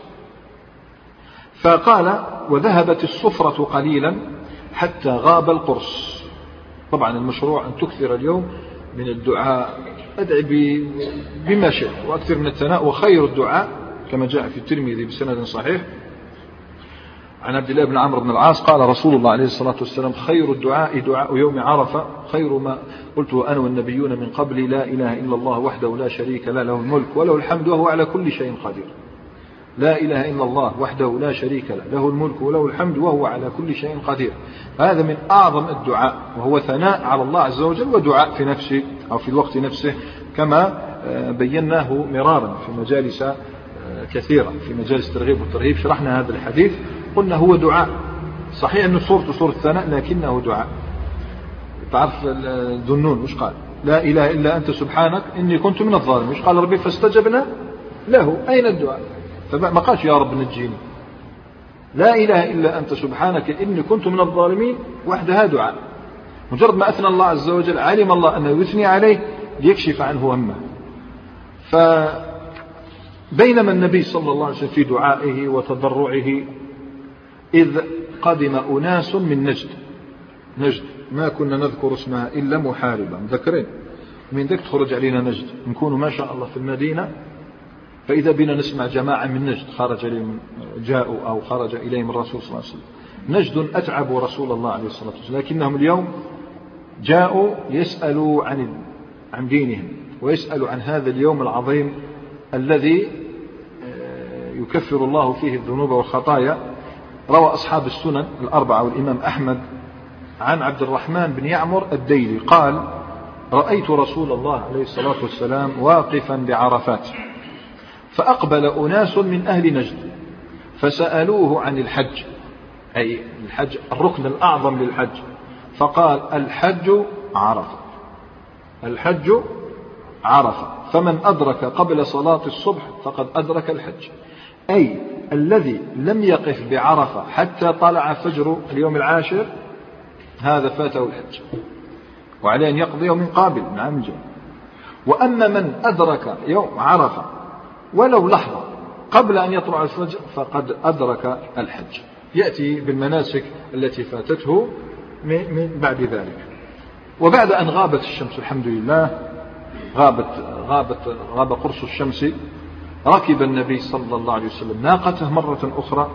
فقال: وذهبت الصفرة قليلا حتى غاب القرص. طبعا المشروع أن تكثر اليوم من الدعاء، أدعي بما شئت وأكثر من الثناء، وخير الدعاء كما جاء في الترمذي بسند صحيح عن عبد الله بن عمرو بن العاص قال رسول الله عليه الصلاة والسلام: خير الدعاء دعاء يوم عرفة، خير ما قلت أنا والنبيون من قبلي: لا إله إلا الله وحده لا شريك له، له الملك وله الحمد وهو على كل شيء قدير. لا إله إلا الله وحده لا شريك له، له الملك وله الحمد وهو على كل شيء قدير. هذا من أعظم الدعاء، وهو ثناء على الله عز وجل ودعاء في نفسه أو في الوقت نفسه، كما بيناه مرارا في مجالس كثيرة، في مجالس الترغيب والترهيب شرحنا هذا الحديث، قلنا هو دعاء، صحيح أنه صورته صورة ثناء لكنه دعاء. تعرف ذو النون وش قال؟ لا إله إلا أنت سبحانك إني كنت من الظالمين. وش قال ربي؟ فاستجبنا له. أين الدعاء؟ فما قالش يا رب نجيني. لا إله إلا أنت سبحانك إني كنت من الظالمين وحدها دعاء. مجرد ما أثنى الله عز وجل علم الله أنه يثني عليه ليكشف عنه همه. فبينما النبي صلى الله عليه وسلم في دعائه وتضرعه إذ قدم أناس من نجد. نجد ما كنا نذكر اسمها إلا محاربة، مذكرين من ذلك تخرج علينا نجد، نكون ما شاء الله في المدينة فإذا بنا نسمع جماعة من نجد خرج إليهم جاءوا أو خرج إليهم الرسول صلى الله عليه وسلم. نجد أتعبوا رسول الله عليه الصلاة والسلام، لكنهم اليوم جاءوا يسألوا عن عن دينهم ويسألوا عن هذا اليوم العظيم الذي يكفر الله فيه الذنوب والخطايا. روى أصحاب السنن الأربعة والإمام أحمد عن عبد الرحمن بن يعمر الديلي قال: رأيت رسول الله عليه الصلاة والسلام واقفا بعرفات، فأقبل أناس من أهل نجد فسألوه عن الحج، أي الحج الركن الأعظم للحج، فقال: الحج عرفة، الحج عرفة، فمن أدرك قبل صلاة الصبح فقد أدرك الحج، أي الذي لم يقف بعرفة حتى طلع فجر اليوم العاشر هذا فاته الحج، وعليه أن يقضي يوم قابل من عام جاء. وأما من أدرك يوم عرفة ولو لحظة قبل أن يطلع الفجر فقد أدرك الحج، يأتي بالمناسك التي فاتته من بعد ذلك. وبعد أن غابت الشمس الحمد لله، غابت غابت غاب قرص الشمس، ركب النبي صلى الله عليه وسلم ناقته مرة أخرى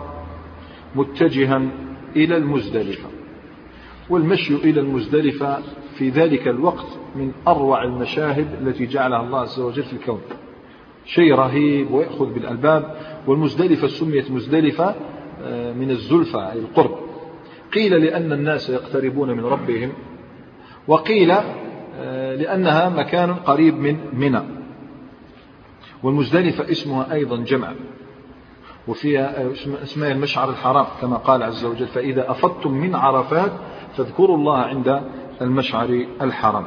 متجها إلى المزدلفة. والمشي إلى المزدلفة في ذلك الوقت من أروع المشاهد التي جعلها الله عز وجل في الكون، شيء رهيب ويأخذ بالألباب. والمزدلفة سميت مزدلفة من الزلفة أي القرب، قيل لأن الناس يقتربون من ربهم، وقيل لأنها مكان قريب من منى. والمزدلفة اسمها أيضا جمع، وفيها اسمها المشعر الحرام كما قال عز وجل: فإذا أفضتم من عرفات فاذكروا الله عند المشعر الحرام.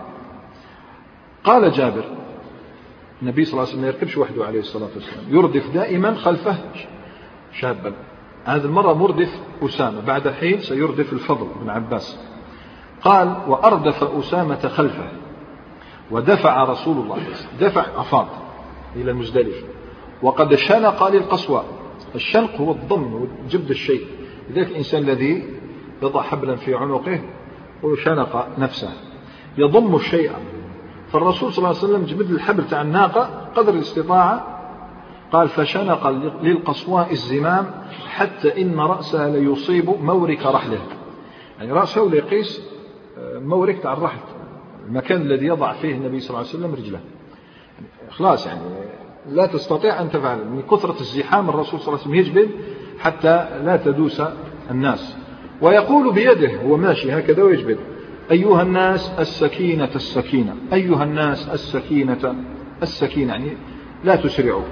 قال جابر: النبي صلى الله عليه وسلم يركبش وحده عليه الصلاة والسلام، يردف دائما خلفه شابا. هذه المرة مردف أسامة، بعد حين سيردف الفضل بن عباس. قال: وأردف أسامة خلفه ودفع رسول الله، دفع أفاض إلى المزدلفة، وقد شنق للقصوى. الشنق هو الضم وجبد الشيء، لذلك الإنسان الذي يضع حبلا في عنقه وشنق نفسه يضم الشيء. فالرسول صلى الله عليه وسلم جبد الحبل تاع الناقة قدر الاستطاعة، قال: فشنق للقصواء الزمام حتى إن رأسها ليصيب مورك رحله، يعني رأسه ليقيس مورك تاع الرحل، المكان الذي يضع فيه النبي صلى الله عليه وسلم رجله. خلاص يعني لا تستطيع أن تفعل من كثرة الزحام. الرسول صلى الله عليه وسلم يجبد حتى لا تدوس الناس، ويقول بيده هو ماشي هكذا ويجبد: أيها الناس السكينة السكينة، أيها الناس السكينة السكينة، يعني لا تسرعوا.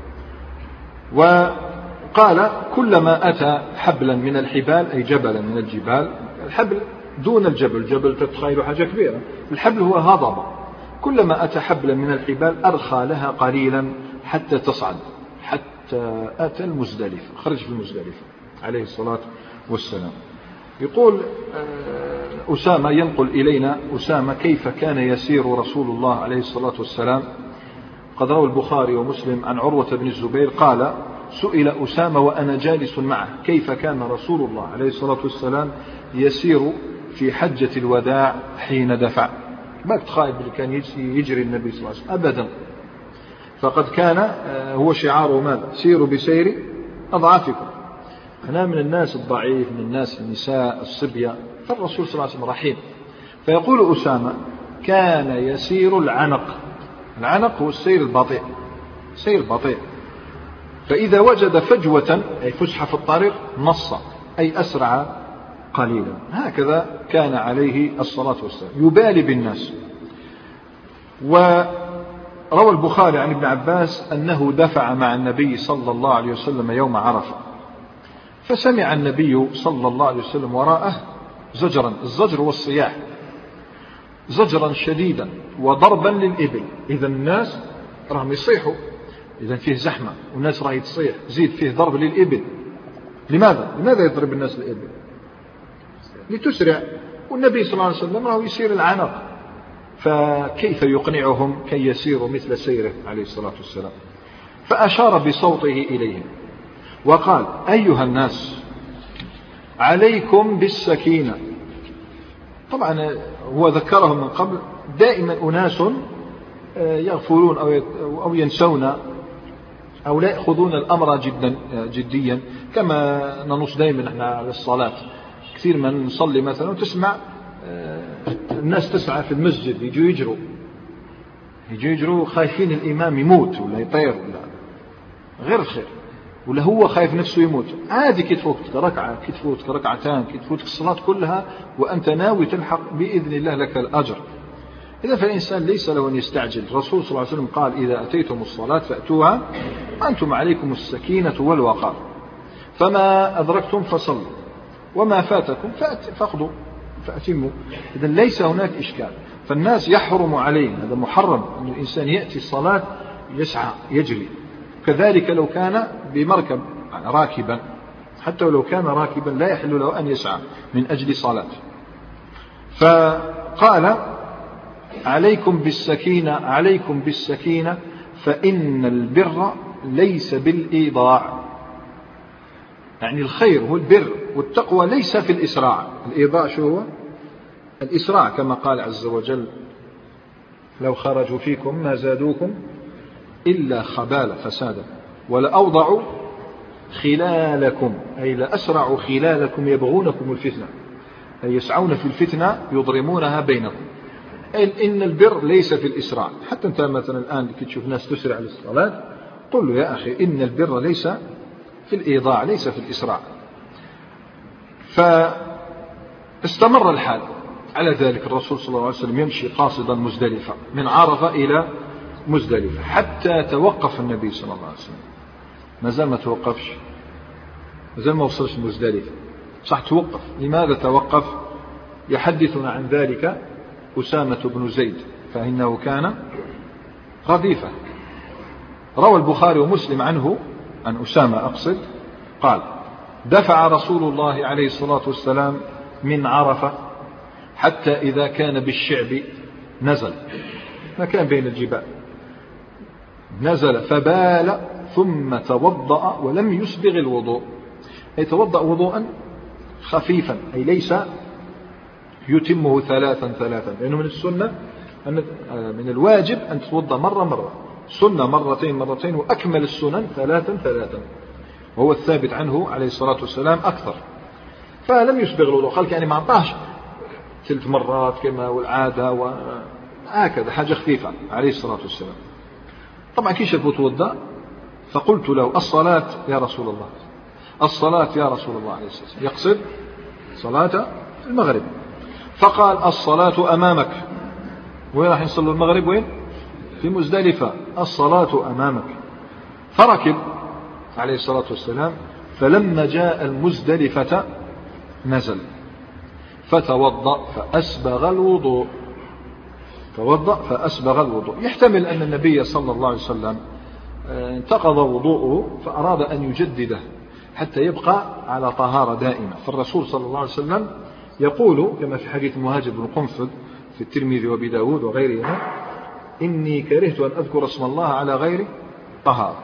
وقال: كلما أتى حبلا من الحبال، أي جبلا من الجبال، الحبل دون الجبل، الجبل تتخيل حاجة كبيرة، الحبل هو هضبة، كلما أتى حبلا من الحبال أرخى لها قليلا حتى تصعد، حتى أتى المزدلفة، خرج في المزدلفة عليه الصلاة والسلام. يقول أسامة، ينقل إلينا أسامة كيف كان يسير رسول الله عليه الصلاة والسلام. قد روى البخاري ومسلم عن عروة بن الزبير قال: سئل أسامة وأنا جالس معه كيف كان رسول الله عليه الصلاة والسلام يسير في حجة الوداع حين دفع. ما تخايب اللي كان يجري النبي صلى الله عليه وسلم أبدا، فقد كان هو شعاره ماذا؟ سيروا بسير أضعافكم. أنا من الناس الضعيف، من الناس النساء الصبية، فالرسول صلى الله عليه وسلم رحيم. فيقول أسامة: كان يسير العنق، العنق هو السير البطيء، سير بطيء، فإذا وجد فجوة أي فسحة في الطريق نص، أي أسرع قليلا. هكذا كان عليه الصلاة والسلام، يبالي بالناس. روى البخاري عن ابن عباس أنه دفع مع النبي صلى الله عليه وسلم يوم عرفة، فسمع النبي صلى الله عليه وسلم وراءه زجرا، الزجر والصياح، زجرا شديدا وضربا للإبل. إذا الناس راهم يصيحوا، إذا فيه زحمة والناس راهي تصيح، زيد فيه ضرب للإبل. لماذا؟ لماذا يضرب الناس الإبل؟ لتسرع، والنبي صلى الله عليه وسلم راهو يسير العنق، فكيف يقنعهم كي يسيروا مثل سيره عليه الصلاة والسلام؟ فأشار بصوته إليهم وقال: أيها الناس عليكم بالسكينة. طبعا هو ذكرهم من قبل، دائما أناس يغفلون أو ينسون أو لا يأخذون الأمر جدا جديا، كما ننص دائما نحن على الصلاة. كثير من نصلي مثلا وتسمع الناس تسعى في المسجد، يجوا يجروا يجوا يجروا خايفين الإمام يموت ولا يطير ولا غير خير، ولا هو خايف نفسه يموت. عادي كي تفوتك ركعة، كي تفوتك ركعتان، كي تفوتك الصلاة كلها وأنت ناوي تلحق بإذن الله لك الأجر. إذا فالإنسان ليس له أن يستعجل. الرسول صلى الله عليه وسلم قال: إذا أتيتم الصلاة فأتوها وأنتم عليكم السكينة والوقار، فما أدركتم فصلوا وما فاتكم فأخذوا فأتموا. إذا ليس هناك إشكال. فالناس يحرم عليهم، هذا محرم أن الإنسان يأتي الصلاة يسعى يجري. كذلك لو كان بمركب راكبا، حتى ولو كان راكبا لا يحل له أن يسعى من أجل صلاة. فقال: عليكم بالسكينة، عليكم بالسكينة، فإن البر ليس بالإيضاع. يعني الخير هو البر، والتقوى ليس في الإسراع. الإيضاع شو هو؟ الإسراع، كما قال عز وجل: لو خرجوا فيكم ما زادوكم إلا خبالا فسادا ولأوضعوا خلالكم، أي لأسرعوا خلالكم يبغونكم الفتنة، أي يسعون في الفتنة يضرمونها بينكم. إن البر ليس في الإسراع. حتى أنت مثلا الآن كي تشوف ناس تسرع للصلاة قل له: يا أخي إن البر ليس في الإيضاع، ليس في الإسراع. فاستمر الحال على ذلك. الرسول صلى الله عليه وسلم يمشي قاصدا مزدلفة، من عرفة إلى مزدلفة، حتى توقف النبي صلى الله عليه وسلم. ما زال ما توقفش، ما زال ما وصلش مزدلفة، صح توقف. لماذا توقف؟ يحدثنا عن ذلك أسامة بن زيد، فإنه كان رديفا. روى البخاري ومسلم عنه، عن أسامة أقصد، قال: دفع رسول الله عليه الصلاة والسلام من عرفة حتى إذا كان بالشعب نزل، مكان بين الجبال، نزل فبال ثم توضأ ولم يسبغ الوضوء، أي توضأ وضوءا خفيفا، أي ليس يتمه ثلاثا ثلاثا، لأنه من السنة أن من الواجب أن تتوضأ مرة مرة، سنة مرتين مرتين، وأكمل السنن ثلاثا ثلاثا، وهو الثابت عنه عليه الصلاة والسلام أكثر. فلم يسبغ الوضوء، قال يعني ما عطاش ثلاث مرات كما والعادة، وهكذا حاجة خفيفة عليه الصلاة والسلام. طبعا كيف يتوضأ؟ فقلت له: الصلاة يا رسول الله، الصلاة يا رسول الله عليه الصلاة والسلام، يقصد صلاة المغرب. فقال: الصلاة أمامك. وين راح يصلوا المغرب؟ وين؟ في مزدلفة. الصلاة أمامك. فركب عليه الصلاة والسلام، فلما جاء المزدلفة نزل فتوضأ فأسبغ الوضوء، توضأ فأسبغ الوضوء. يحتمل أن النبي صلى الله عليه وسلم انتقض وضوءه فأراد أن يجدده حتى يبقى على طهارة دائمة. فالرسول صلى الله عليه وسلم يقول كما في حديث مهاجر بن قنفذ في الترمذي وابي داود وغيرها: إني كرهت أن أذكر اسم الله على غير طهارة.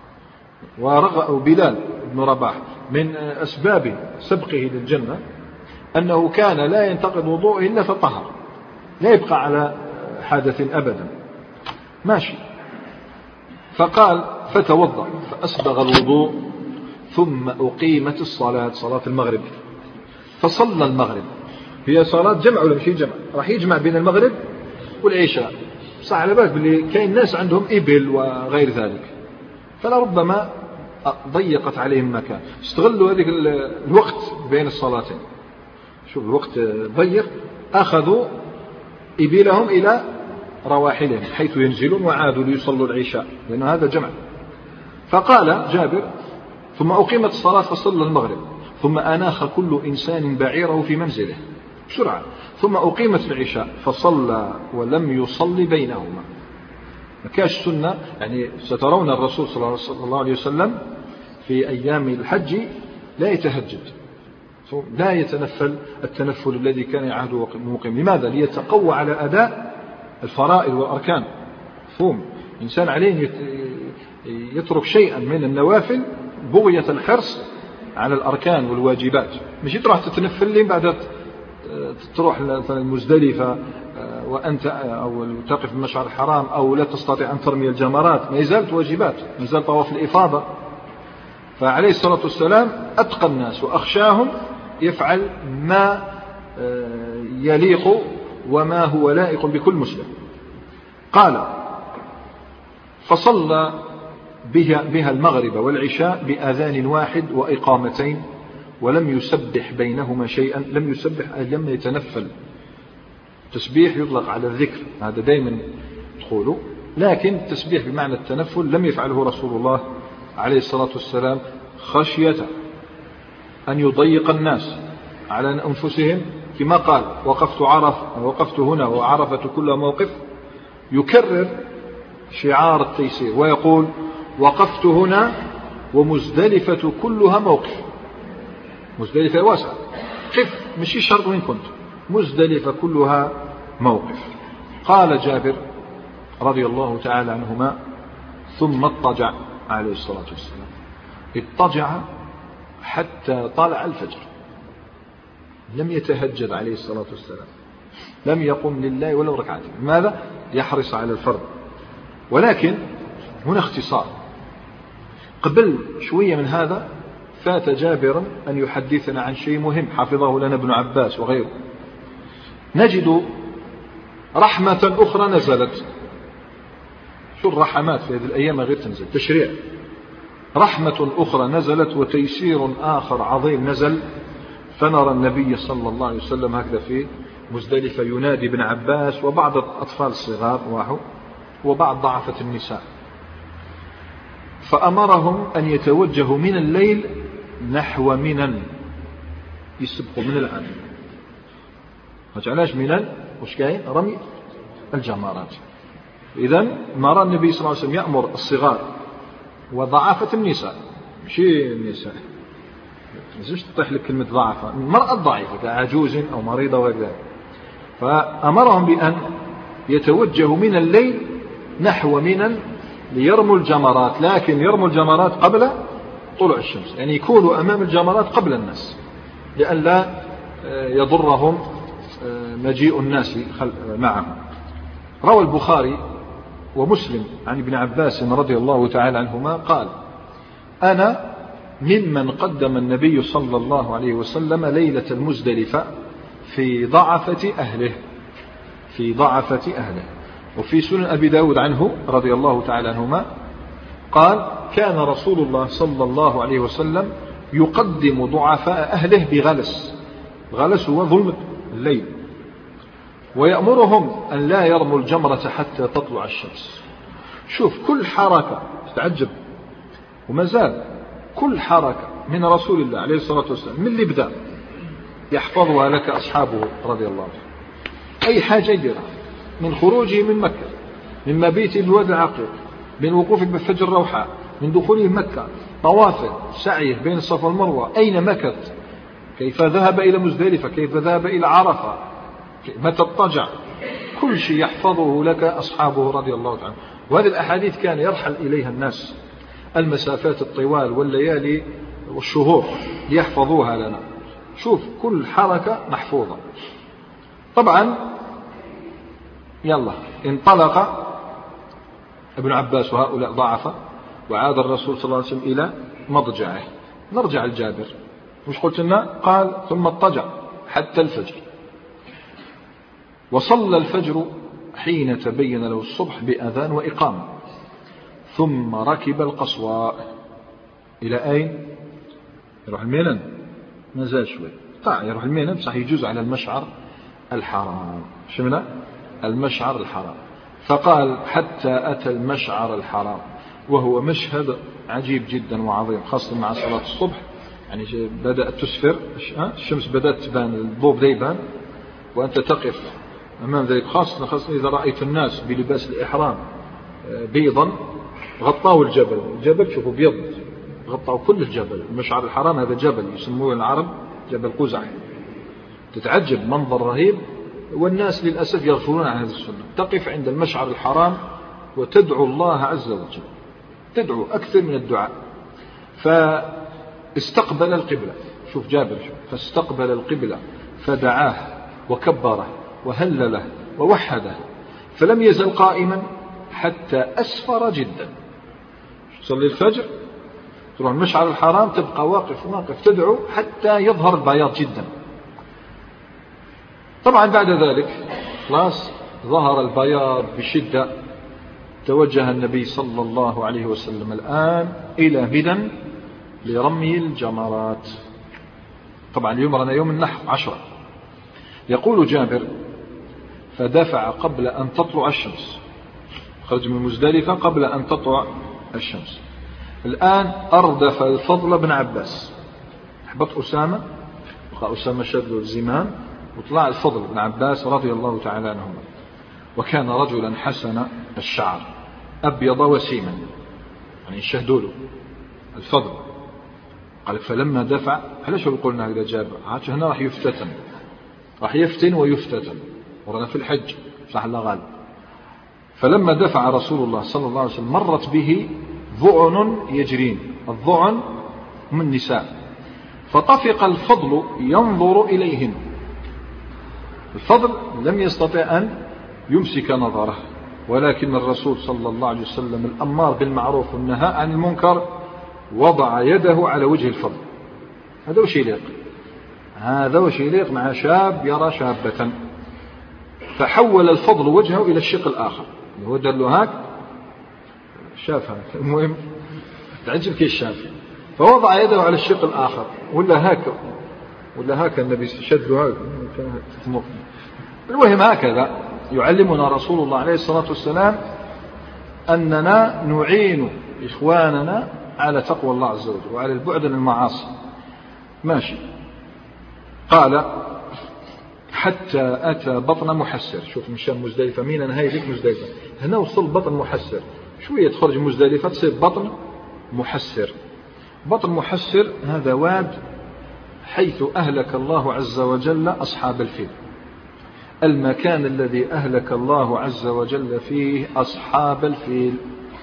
ورغب بلال بن رباح من أسباب سبقه للجنة أنه كان لا ينتقض وضوءه إلا فطهر، لا يبقى على حدث أبدا، ماشي. فقال: فتوضأ فأسبغ الوضوء ثم أقيمت الصلاة، صلاة المغرب، فصلى المغرب. هي صلاة جمع ولا مش جمع؟ راح يجمع بين المغرب والعشاء. صح على بالك باللي كاين ناس عندهم إبل وغير ذلك، فلربما ضيقت عليهم مكان، استغلوا هذه الوقت بين الصلاتين. شوف الوقت ضيق، أخذوا إبلهم إلى رواحلهم حيث ينزلون وعادوا ليصلوا العشاء، لأن هذا جمع. فقال جابر: ثم أقيمت الصلاة فصلى المغرب، ثم أناخ كل إنسان بعيره في منزله بسرعة، ثم أقيمت العشاء فصلى ولم يصلي بينهما. ما كاش سنة، يعني سترون الرسول صلى الله عليه وسلم في أيام الحج لا يتهجد، لا يتنفل التنفل الذي كان يعهده المقيم. لماذا؟ ليتقوى على أداء الفرائض والأركان. فهم إنسان عليه يترك شيئا من النوافل بغية الحرص على الأركان والواجبات، مش تروح تتنفل لين بعد تروح المزدلفة وأنت أو تقف في المشعر الحرام أو لا تستطيع أن ترمي الجمرات، ما يزالت واجبات، ما يزال طواف الإفاضة. فعليه الصلاة والسلام أتقى الناس وأخشاهم يفعل ما يليق وما هو لائق بكل مسلم. قال: فصلى بها, بها المغرب والعشاء بأذان واحد وإقامتين ولم يسبح بينهما شيئا. لم يسبح أي لم يتنفل. تسبيح يطلق على الذكر، هذا دائما تقوله، لكن التسبيح بمعنى التنفل لم يفعله رسول الله عليه الصلاة والسلام خشية أن يضيق الناس على أنفسهم، كما قال: وقفت عرف وقفت هنا وعرفة كل موقف، يكرر شعار التيسير ويقول: وقفت هنا ومزدلفة كلها موقف. مزدلفة واسعة، قف مشي شرط وين كنت، مزدلفة كلها موقف. قال جابر رضي الله تعالى عنهما: ثم اضطجع عليه الصلاة والسلام، اضطجع حتى طلع الفجر، لم يتهجد عليه الصلاة والسلام، لم يقم لله ولو ركعتين. لماذا؟ يحرص على الفرض. ولكن هنا اختصار. قبل شوية من هذا فات جابرا أن يحدثنا عن شيء مهم حفظه لنا ابن عباس وغيره. نجد رحمة أخرى نزلت. شو الرحمات في هذه الأيام غير تنزل؟ تشريع. رحمة أخرى نزلت وتيسير آخر عظيم نزل. فنرى النبي صلى الله عليه وسلم هكذا في مزدلفة ينادي ابن عباس وبعض الأطفال الصغار راحوا وبعض ضعفة النساء، فأمرهم أن يتوجهوا من الليل نحو منن، يسبقوا من الآن. علاش منن؟ وش كاين؟ رمي الجمرات. إذن نرى النبي صلى الله عليه وسلم يأمر الصغار وضعافة النساء، ماشي النساء، مازلش تطيح لك كلمة ضعفة، المرأة الضعيفة كعجوز أو مريضة وغير ذلك. فأمرهم بأن يتوجهوا من الليل نحو منن ليرموا الجمرات، لكن يرموا الجمرات قبل طلوع الشمس، يعني يكونوا أمام الجمرات قبل الناس لئلا يضرهم مجيء الناس معهم. روى البخاري ومسلم عن ابن عباس رضي الله تعالى عنهما قال: أنا ممن قدم النبي صلى الله عليه وسلم ليلة المزدلفة في ضعفة أهله، في ضعفة أهله. وفي سنن أبي داود عنه رضي الله تعالى عنهما قال: كان رسول الله صلى الله عليه وسلم يقدم ضعفاء أهله بغلس، غلس هو ظلمة الليل، ويأمرهم أن لا يرموا الجمرة حتى تطلع الشمس. شوف كل حركة تتعجب، وما زال كل حركة من رسول الله عليه الصلاة والسلام من اللي بدأ يحفظها لك أصحابه رضي الله عنهم. أي حاجة يديرها، من خروجه من مكة، من مبيته بالوادي العقيق، من وقوفه بفجر الروحاء، من دخوله مكة، طوافه، سعيه بين الصفا والمروة، أين مكث، كيف ذهب إلى مزدلفة، كيف ذهب إلى عرفة، متى اضطجع، كل شيء يحفظه لك أصحابه رضي الله عنهم. وهذه الأحاديث كان يرحل إليها الناس المسافات الطوال والليالي والشهور ليحفظوها لنا. شوف كل حركة محفوظة. طبعا يلا انطلق ابن عباس وهؤلاء ضعفة، وعاد الرسول صلى الله عليه وسلم إلى مضجعه. نرجع الجابر، مش قلت لنا؟ قال: ثم اضطجع حتى الفجر، وصلى الفجر حين تبين له الصبح بأذان وإقامة، ثم ركب القصواء. إلى أين؟ يروح المينان، ما زال شوي طيب يروح المينان، بصح يجوز على المشعر الحرام. شمنا المشعر الحرام، فقال حتى أتى المشعر الحرام، وهو مشهد عجيب جدا وعظيم، خاصة مع صلاة الصبح. يعني بدأت تسفر الشمس، بدأت تبان، الضوء بدأ يبان، وأنت تقف أمام ذلك، خاصة خاصة إذا رأيت الناس بلباس الإحرام بيضا غطاوا الجبل، الجبل شوفوا بيض، غطاوا كل الجبل. المشعر الحرام هذا جبل يسموه العرب جبل قزح، تتعجب منظر رهيب، والناس للأسف يغفلون عن هذه السنة. تقف عند المشعر الحرام وتدعو الله عز وجل، تدعو أكثر من الدعاء. فاستقبل القبلة، شوف جابر شوف، فاستقبل القبلة فدعاه وكبره وهلله ووحده، فلم يزل قائما حتى أسفر جدا. تصلي الفجر تروح المشعر الحرام تبقى واقف واقف تدعو حتى يظهر البياض جدا. طبعا بعد ذلك خلاص ظهر البياض بشدة، توجه النبي صلى الله عليه وسلم الآن إلى بدن لرمي الجمرات. طبعا اليوم رانا يوم النحر عشرة. يقول جابر فدفع قبل أن تطلع الشمس، خرج من مزدلفة قبل أن تطلع الشمس. الآن أردف الفضل بن عباس، أحبط أسامة، أسامة شد الزمام وطلع الفضل بن عباس رضي الله تعالى عنهما، وكان رجلا حسن الشعر أبيض وسيما، يعني شهدوا له الفضل. قال فلما دفع، هل شو بيقولنا إذا جابر عاد هنا راح يفتتن، راح يفتن ويفتتن، ورانا في الحج صح الله غالب. فلما دفع رسول الله صلى الله عليه وسلم مرت به ضعن يجرين، الضعن هم النساء، فطفق الفضل ينظر إليهن. الفضل لم يستطع أن يمسك نظره، ولكن الرسول صلى الله عليه وسلم الأمار بالمعروف والنهاء عن المنكر وضع يده على وجه الفضل. هذا وش يليق، هذا وش يليق مع شاب يرى شابة. فحول الفضل وجهه إلى الشق الآخر، هو دار له هاك شافها، المهم تعجب كيف شاف، فوضع يده على الشق الآخر، ولا هاك ولا هاك النبي شد له هاك. المهم هكذا يعلمنا رسول الله عليه الصلاة والسلام أننا نعين إخواننا على تقوى الله عز وجل وعلى البعد عن المعاصي. ماشي. قال حتى أتى بطن محسر، شوف مشان مزدلفة مين نهاية ذيك مزدلفة، هنا وصل بطن محسر، شوية تخرج مزدلفة تصير بطن محسر. بطن محسر هذا واد حيث أهلك الله عز وجل أصحاب الفيل، المكان الذي أهلك الله عز وجل فيه أصحاب الفيل.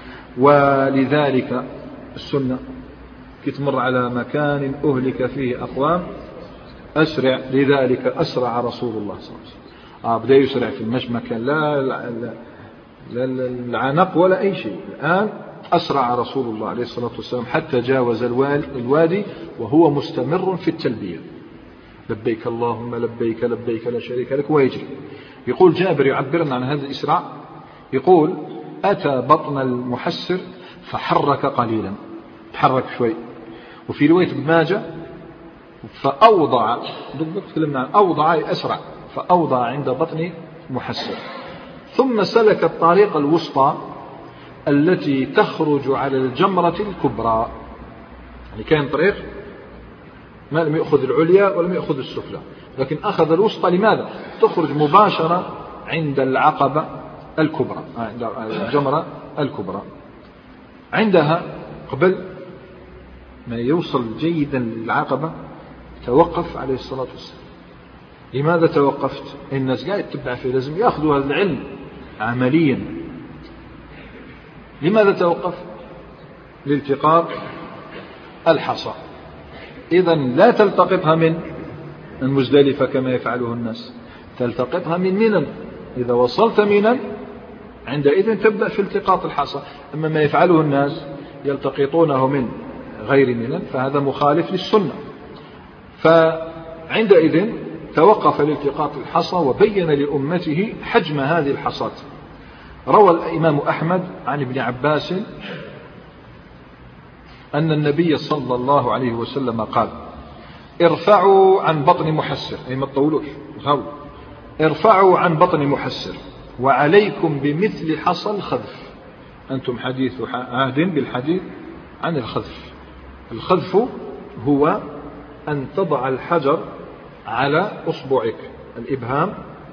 ولذلك السنة كي تمر على مكان أهلك فيه أقوام أسرع، لذلك أسرع رسول الله صلى الله عليه وسلم. آه بدأ يسرع في المشي، مكان لا, لا, لا, لا العنق ولا أي شيء. الآن أسرع رسول الله عليه الصلاة والسلام حتى جاوز الوادي وهو مستمر في التلبية، لبيك اللهم لبيك لبيك لا شريك لك، ويجري. يقول جابر يعبرنا عن هذا الإسراع، يقول أتى بطن المحسر فحرك قليلا، تحرك شوي. وفي رواية ابن ماجه فأوضع، تكلمنا عن أوضع أسرع، فأوضع عند بطن محسر، ثم سلك الطريق الوسطى التي تخرج على الجمرة الكبرى. يعني كان طريق ما لم يأخذ العليا ولم يأخذ السفلى، لكن أخذ الوسطى. لماذا؟ تخرج مباشرة عند العقبة الكبرى، عند الجمرة الكبرى. عندها قبل ما يوصل جيدا للعقبة توقف عليه الصلاة والسلام. لماذا توقفت؟ الناس قاعد تتبع فيه، لازم يأخذوا هذا العلم عمليا. لماذا توقف؟ لالتقاط الحصى. إذن لا تلتقطها من المزدلفة كما يفعله الناس، تلتقطها من منى. إذا وصلت منى عندئذ تبدأ في التقاط الحصى. أما ما يفعله الناس يلتقطونه من غير منى فهذا مخالف للسنة. فعندئذ توقف لالتقاط الحصى وبين لأمته حجم هذه الحصاة. روى الإمام أحمد عن ابن عباس أن النبي صلى الله عليه وسلم قال ارفعوا عن بطن محسر، أي ما تطولوش، ارفعوا عن بطن محسر وعليكم بمثل حصى الخذف. أنتم حديث عهد بالحديث عن الخذف. الخذف هو أن تضع الحجر على أصبعك الإبهام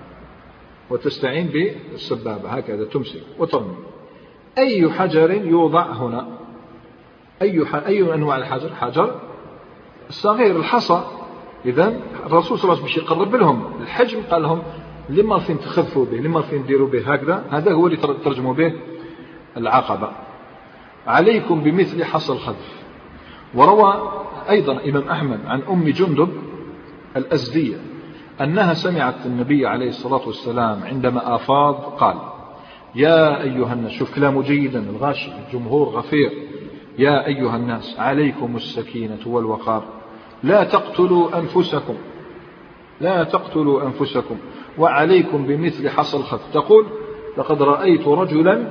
وتستعين بالسبابة هكذا تمسك وترمي. أي حجر يوضع هنا؟ أي, أي أنواع الحجر؟ حجر الصغير الحصى. إذن الرسول صلى الله عليه وسلم يقرب لهم الحجم، قال لهم لما فين تخذفوا به، لما فين ديروا به هكذا. هذا هو اللي ترجموا به العقبة. عليكم بمثل حصى الخذف. وروى أيضا إمام أحمد عن أم جندب الأزدية أنها سمعت النبي عليه الصلاة والسلام عندما أفاض قال: يا أيها الناس، شوف كلامه جيدا الغاشي، الجمهور غفير، يا أيها الناس عليكم السكينة والوقار، لا تقتلوا أنفسكم لا تقتلوا أنفسكم وعليكم بمثل حصى الخذف. تقول: لقد رأيت رجلا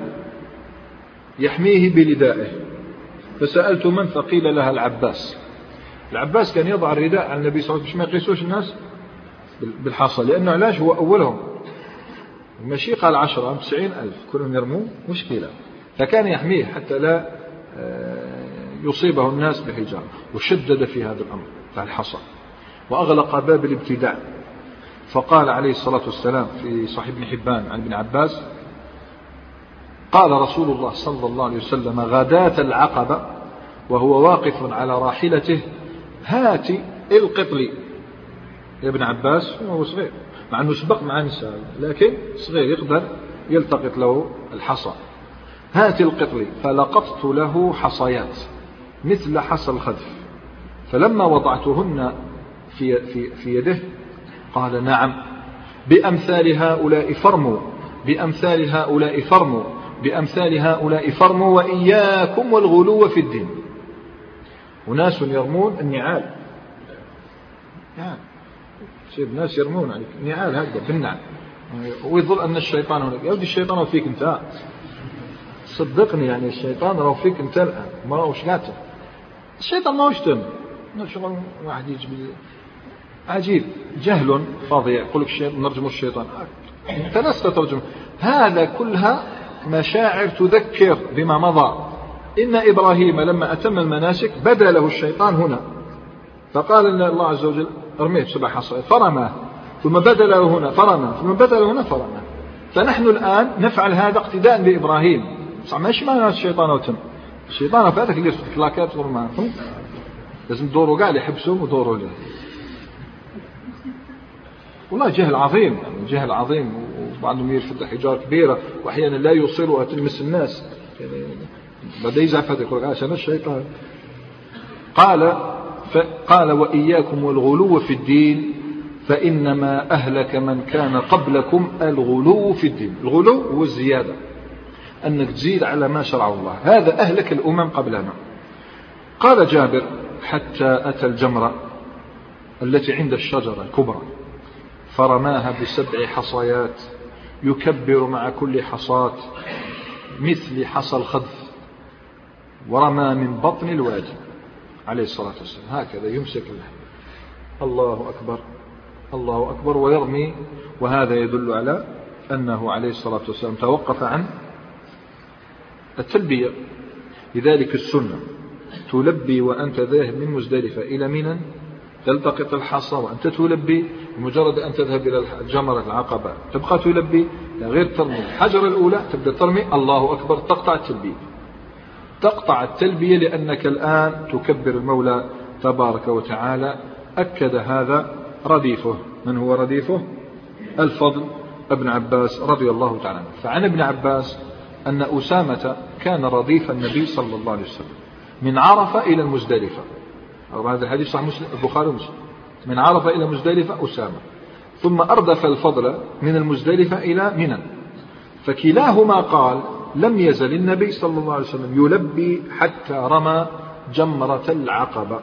يحميه بردائه فسألت من، فقيل لها العباس. العباس كان يضع الرداء على النبي صلى الله عليه وسلم ما يقيسوش الناس بالحصى، لأنه علاش هو أولهم، ماشي قال عشرة أم تسعين ألف كلهم يرموا مشكلة، فكان يحميه حتى لا يصيبه الناس بحجارة. وشدد في هذا الأمر على الحصى وأغلق باب الابتداع. فقال عليه الصلاة والسلام في صحيح ابن حبان عن ابن عباس قال رسول الله صلى الله عليه وسلم غداة العقبة وهو واقف على راحلته: هات القط لي. يا ابن عباس وهو صغير، مع أنه سبق مع نساء لكن صغير يقدر يلتقط له الحصى. هات القط لي. فلقطت له حصيات مثل حصى الخذف، فلما وضعتهن في, في, في يده قال: نعم، بأمثال هؤلاء فرموا بأمثال هؤلاء فرموا بأمثال هؤلاء فرموا وإياكم والغلو في الدين. وناس يرمون النعال، يعني شوف ناس يرمون عليك نعال هكذا بالنعل، ويظل أن الشيطان هناك. يا ودي الشيطان هو فيك أنت، صدقني، يعني الشيطان هو فيك أنت الآن، ما هو شلاته. الشيطان ما هو يشتم شغل واحد يجي عجيب، جهل فظيع. يقول لك الشيطان نرجم الشيطان، أنت لست ترجم. هذا كلها مشاعر تذكر بما مضى. إن إبراهيم لما أتم المناسك بدا له الشيطان هنا، فقال إن الله عز وجل: ارميه سبع حصيات، فرماه، ثم بدا له هنا فرماه، ثم بدا له هنا فرماه. فنحن الآن نفعل هذا اقتداء بإبراهيم. صح، ماشي معنى الشيطان وتم الشيطان فاتك اللي يرسل كلاكات ورماه، لازم دوروا قاعد يحبسهم ودوروا له. والله جهل عظيم، يعني جهل عظيم. وبعضهم يرفض حجار كبيرة وأحيانا لا يوصلها تلمس الناس، يعني بدأ يزعف هذا يقول عشان الشيطان. قال قال: وإياكم والغلو في الدين فإنما أهلك من كان قبلكم الغلو في الدين. الغلو هو الزيادة، أنك تزيد على ما شرع الله، هذا أهلك الأمم قبلنا. قال جابر: حتى أتى الجمرة التي عند الشجرة الكبرى فرماها بسبع حصيات يكبر مع كل حصاة مثل حصى الخذف، ورمى من بطن الوادي عليه الصلاة والسلام هكذا يمسك له. الله أكبر الله أكبر ويرمي. وهذا يدل على أنه عليه الصلاة والسلام توقف عن التلبية. لذلك السنة تلبي وأنت ذاهب من مزدلفة إلى منى، تلتقط الحصى وأنت تلبي. بمجرد أن تذهب إلى جمرة العقبة تبقى تلبي، لا غير ترمي الحجر الأولى تبدأ ترمي الله أكبر، تقطع التلبية تقطع التلبية لأنك الآن تكبر المولى تبارك وتعالى. أكد هذا رديفه. من هو رديفه؟ الفضل ابن عباس رضي الله تعالى عنه. فعن ابن عباس أن أسامة كان رديف النبي صلى الله عليه وسلم من عرفة إلى المزدلفة. هذا الحديث صحيح مسلم البخاري ومسلم. من عرفة إلى مزدلفة أسامة، ثم أردف الفضل من المزدلفة إلى منى. فكلاهما قال: لم يزل النبي صلى الله عليه وسلم يلبي حتى رمى جمرة العقبة.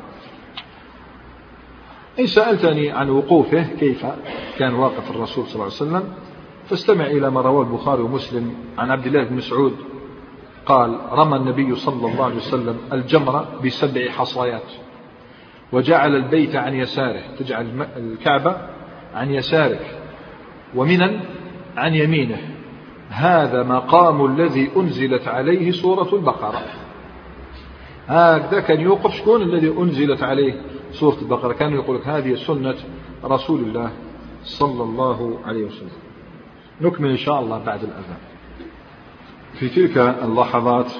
إن سألتني عن وقوفه كيف كان واقف الرسول صلى الله عليه وسلم، فاستمع إلى ما رواه البخاري ومسلم عن عبد الله بن مسعود قال: رمى النبي صلى الله عليه وسلم الجمرة بسبع حصيات، وجعل البيت عن يساره، تجعل الكعبة عن يسارك، ومنى عن يمينه، هذا مقام الذي أنزلت عليه سورة البقرة. هكذا كان يوقف شكون الذي أنزلت عليه سورة البقرة، كان يقول لك هذه سنة رسول الله صلى الله عليه وسلم. نكمل إن شاء الله بعد الأذان. في تلك اللحظات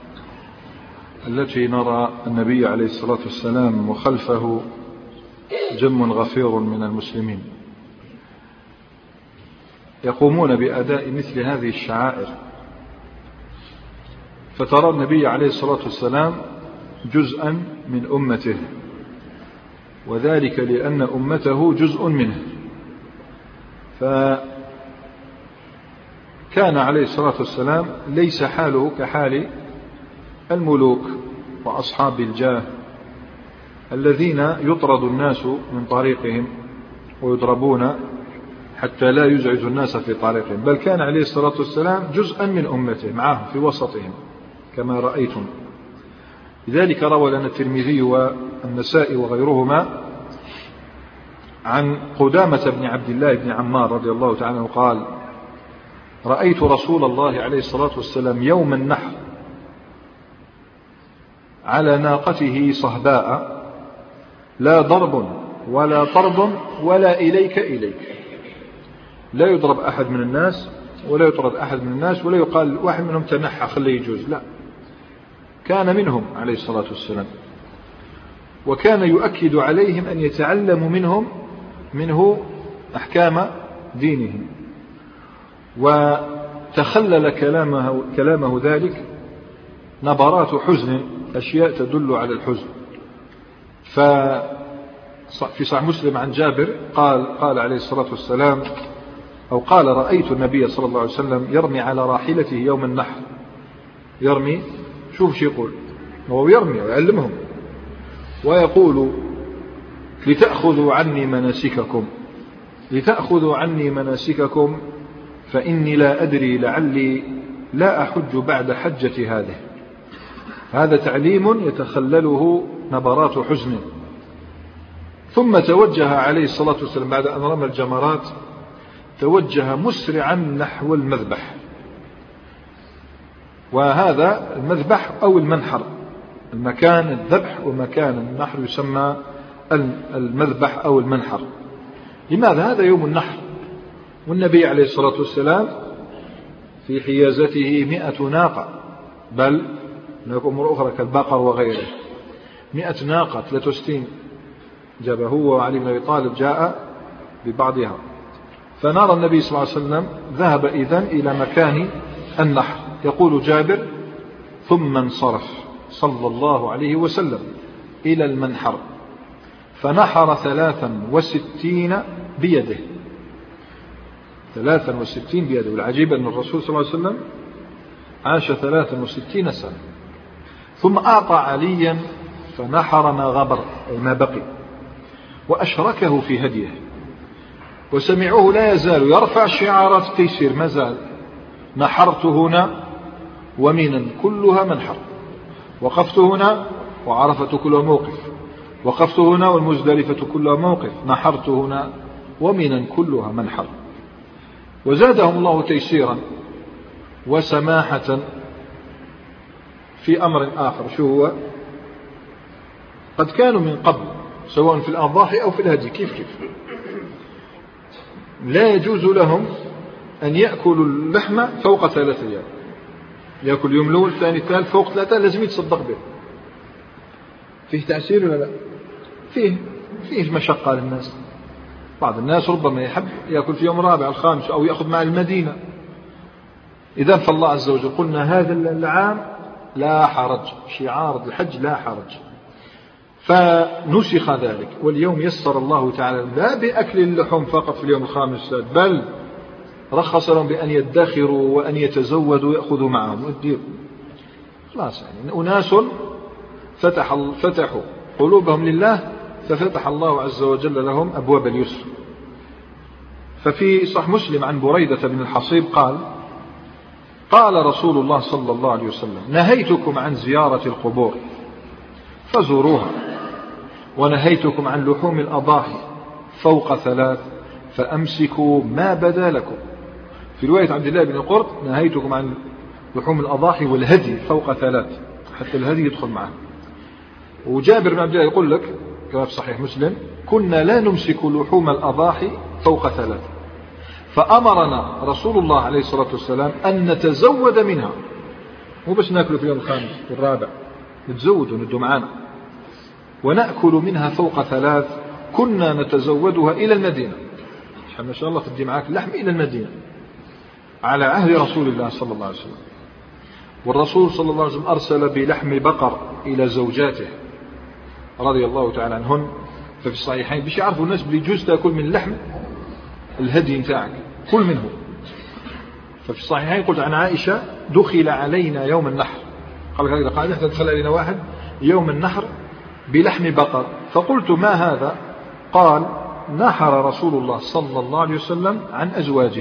التي نرى النبي عليه الصلاة والسلام وخلفه جم غفير من المسلمين يقومون بأداء مثل هذه الشعائر، فترى النبي عليه الصلاة والسلام جزءا من أمته، وذلك لأن أمته جزء منه. فكان عليه الصلاة والسلام ليس حاله كحال الملوك وأصحاب الجاه الذين يطرد الناس من طريقهم ويضربون حتى لا يزعج الناس في طريقهم، بل كان عليه الصلاة والسلام جزءا من أمته معهم في وسطهم كما رأيتم. لذلك روى لنا الترمذي والنسائي وغيرهما عن قدامة بن عبد الله بن عمار رضي الله تعالى عنه قال: رأيت رسول الله عليه الصلاة والسلام يوم النحر على ناقته صهباء، لا ضرب ولا طرد ولا إليك إليك، لا يضرب أحد من الناس ولا يطرد أحد من الناس ولا يقال واحد منهم تنحى خليه يجوز، لا، كان منهم عليه الصلاة والسلام، وكان يؤكد عليهم أن يتعلموا منهم منه أحكام دينهم. وتخلل كلامه, كلامه ذلك نبرات حزن، أشياء تدل على الحزن. ففي صحيح مسلم عن جابر قال قال عليه الصلاة والسلام أو قال: رأيت النبي صلى الله عليه وسلم يرمي على راحلته يوم النحر، يرمي، شوف شو يقول، هو يرمي ويعلمهم ويقول: لتأخذوا عني مناسككم لتأخذوا عني مناسككم فإني لا أدري لعلي لا أحج بعد حجة هذه. هذا تعليم يتخلله نبرات حزن. ثم توجه عليه الصلاة والسلام بعد أن رمى الجمرات، توجه مسرعا نحو المذبح، وهذا المذبح أو المنحر، المكان الذبح ومكان النحر يسمى المذبح أو المنحر. لماذا؟ هذا يوم النحر، والنبي عليه الصلاة والسلام في حيازته مئة ناقة، بل هناك أمور أخرى كالبقر وغيره، مئة ناقة ثلاثة وستين جابه هو وعلي بن أبي طالب جاء ببعضها. فنرى النبي صلى الله عليه وسلم ذهب إذن إلى مكان النحر. يقول جابر: ثم انصرف صلى الله عليه وسلم إلى المنحر فنحر ثلاثا وستين بيده، ثلاثا وستين بيده. والعجيب أن الرسول صلى الله عليه وسلم عاش ثلاثا وستين سنة. ثم أعطى عليا فنحر ما غبر أي ما بقي، وأشركه في هديه، وسمعوه لا يزال يرفع شعارات التيسير، ما زال: نحرت هنا ومنا كلها منحر، وقفت هنا وعرفة كلها موقف، وقفت هنا والمزدلفة كلها موقف، نحرت هنا ومنا كلها منحر. وزادهم الله تيسيرا وسماحة في أمر آخر. شو هو؟ قد كانوا من قبل سواء في الأضاحي أو في الهدي كيف كيف لا يجوز لهم أن يأكلوا اللحمة فوق ثلاثة أيام، يأكل يوم الأول الثاني الثالث، فوق ثلاثة لازم يتصدق به. فيه تأثير ولا لا؟ فيه فيه مشقة للناس. بعض الناس ربما يحب يأكل في يوم الرابع الخامس أو يأخذ مع المدينة. إذا فالله عز وجل قلنا هذا العام لا حرج، شعار الحج لا حرج، فنسخ ذلك. واليوم يسر الله تعالى لا بأكل اللحوم فقط في اليوم الخامس، بل رخص لهم بأن يدخروا وأن يتزودوا ويأخذوا معهم ويديروا. خلاص، يعني أناس فتح فتحوا قلوبهم لله ففتح الله عز وجل لهم أبواب اليسر. ففي صحيح مسلم عن بريدة بن الحصيب قال: قال رسول الله صلى الله عليه وسلم: نهيتكم عن زيارة القبور فزوروها، ونهيتكم عن لحوم الأضاحي فوق ثلاث فأمسكوا ما بدا لكم، في رواية عبد الله بن القرط نهيتكم عن لحوم الأضاحي والهدي فوق ثلاث، حتى الهدي يدخل معه. وجابر بن عبد الله يقول لك كما في صحيح مسلم كنا لا نمسك لحوم الأضاحي فوق ثلاث، فأمرنا رسول الله عليه الصلاة والسلام أن نتزود منها، مو بس نأكل في اليوم الخامس والرابع، نتزود وندو معانا، ونأكل منها فوق ثلاث كنا نتزودها إلى المدينة. ما شاء الله تدي معاك اللحم إلى المدينة على عهد رسول الله صلى الله عليه وسلم. والرسول صلى الله عليه وسلم أرسل بلحم بقر إلى زوجاته رضي الله تعالى عنهن، ففي الصحيحين بش يعرفوا الناس بلي يجوز تأكل من اللحم الهدي نتاعك كل منه. ففي الصحيحين قلت عن عائشة دخل علينا يوم النحر، قال هذه قاعدة دخل علينا واحد يوم النحر بلحم بقر، فقلت ما هذا؟ قال نحر رسول الله صلى الله عليه وسلم عن أزواجه.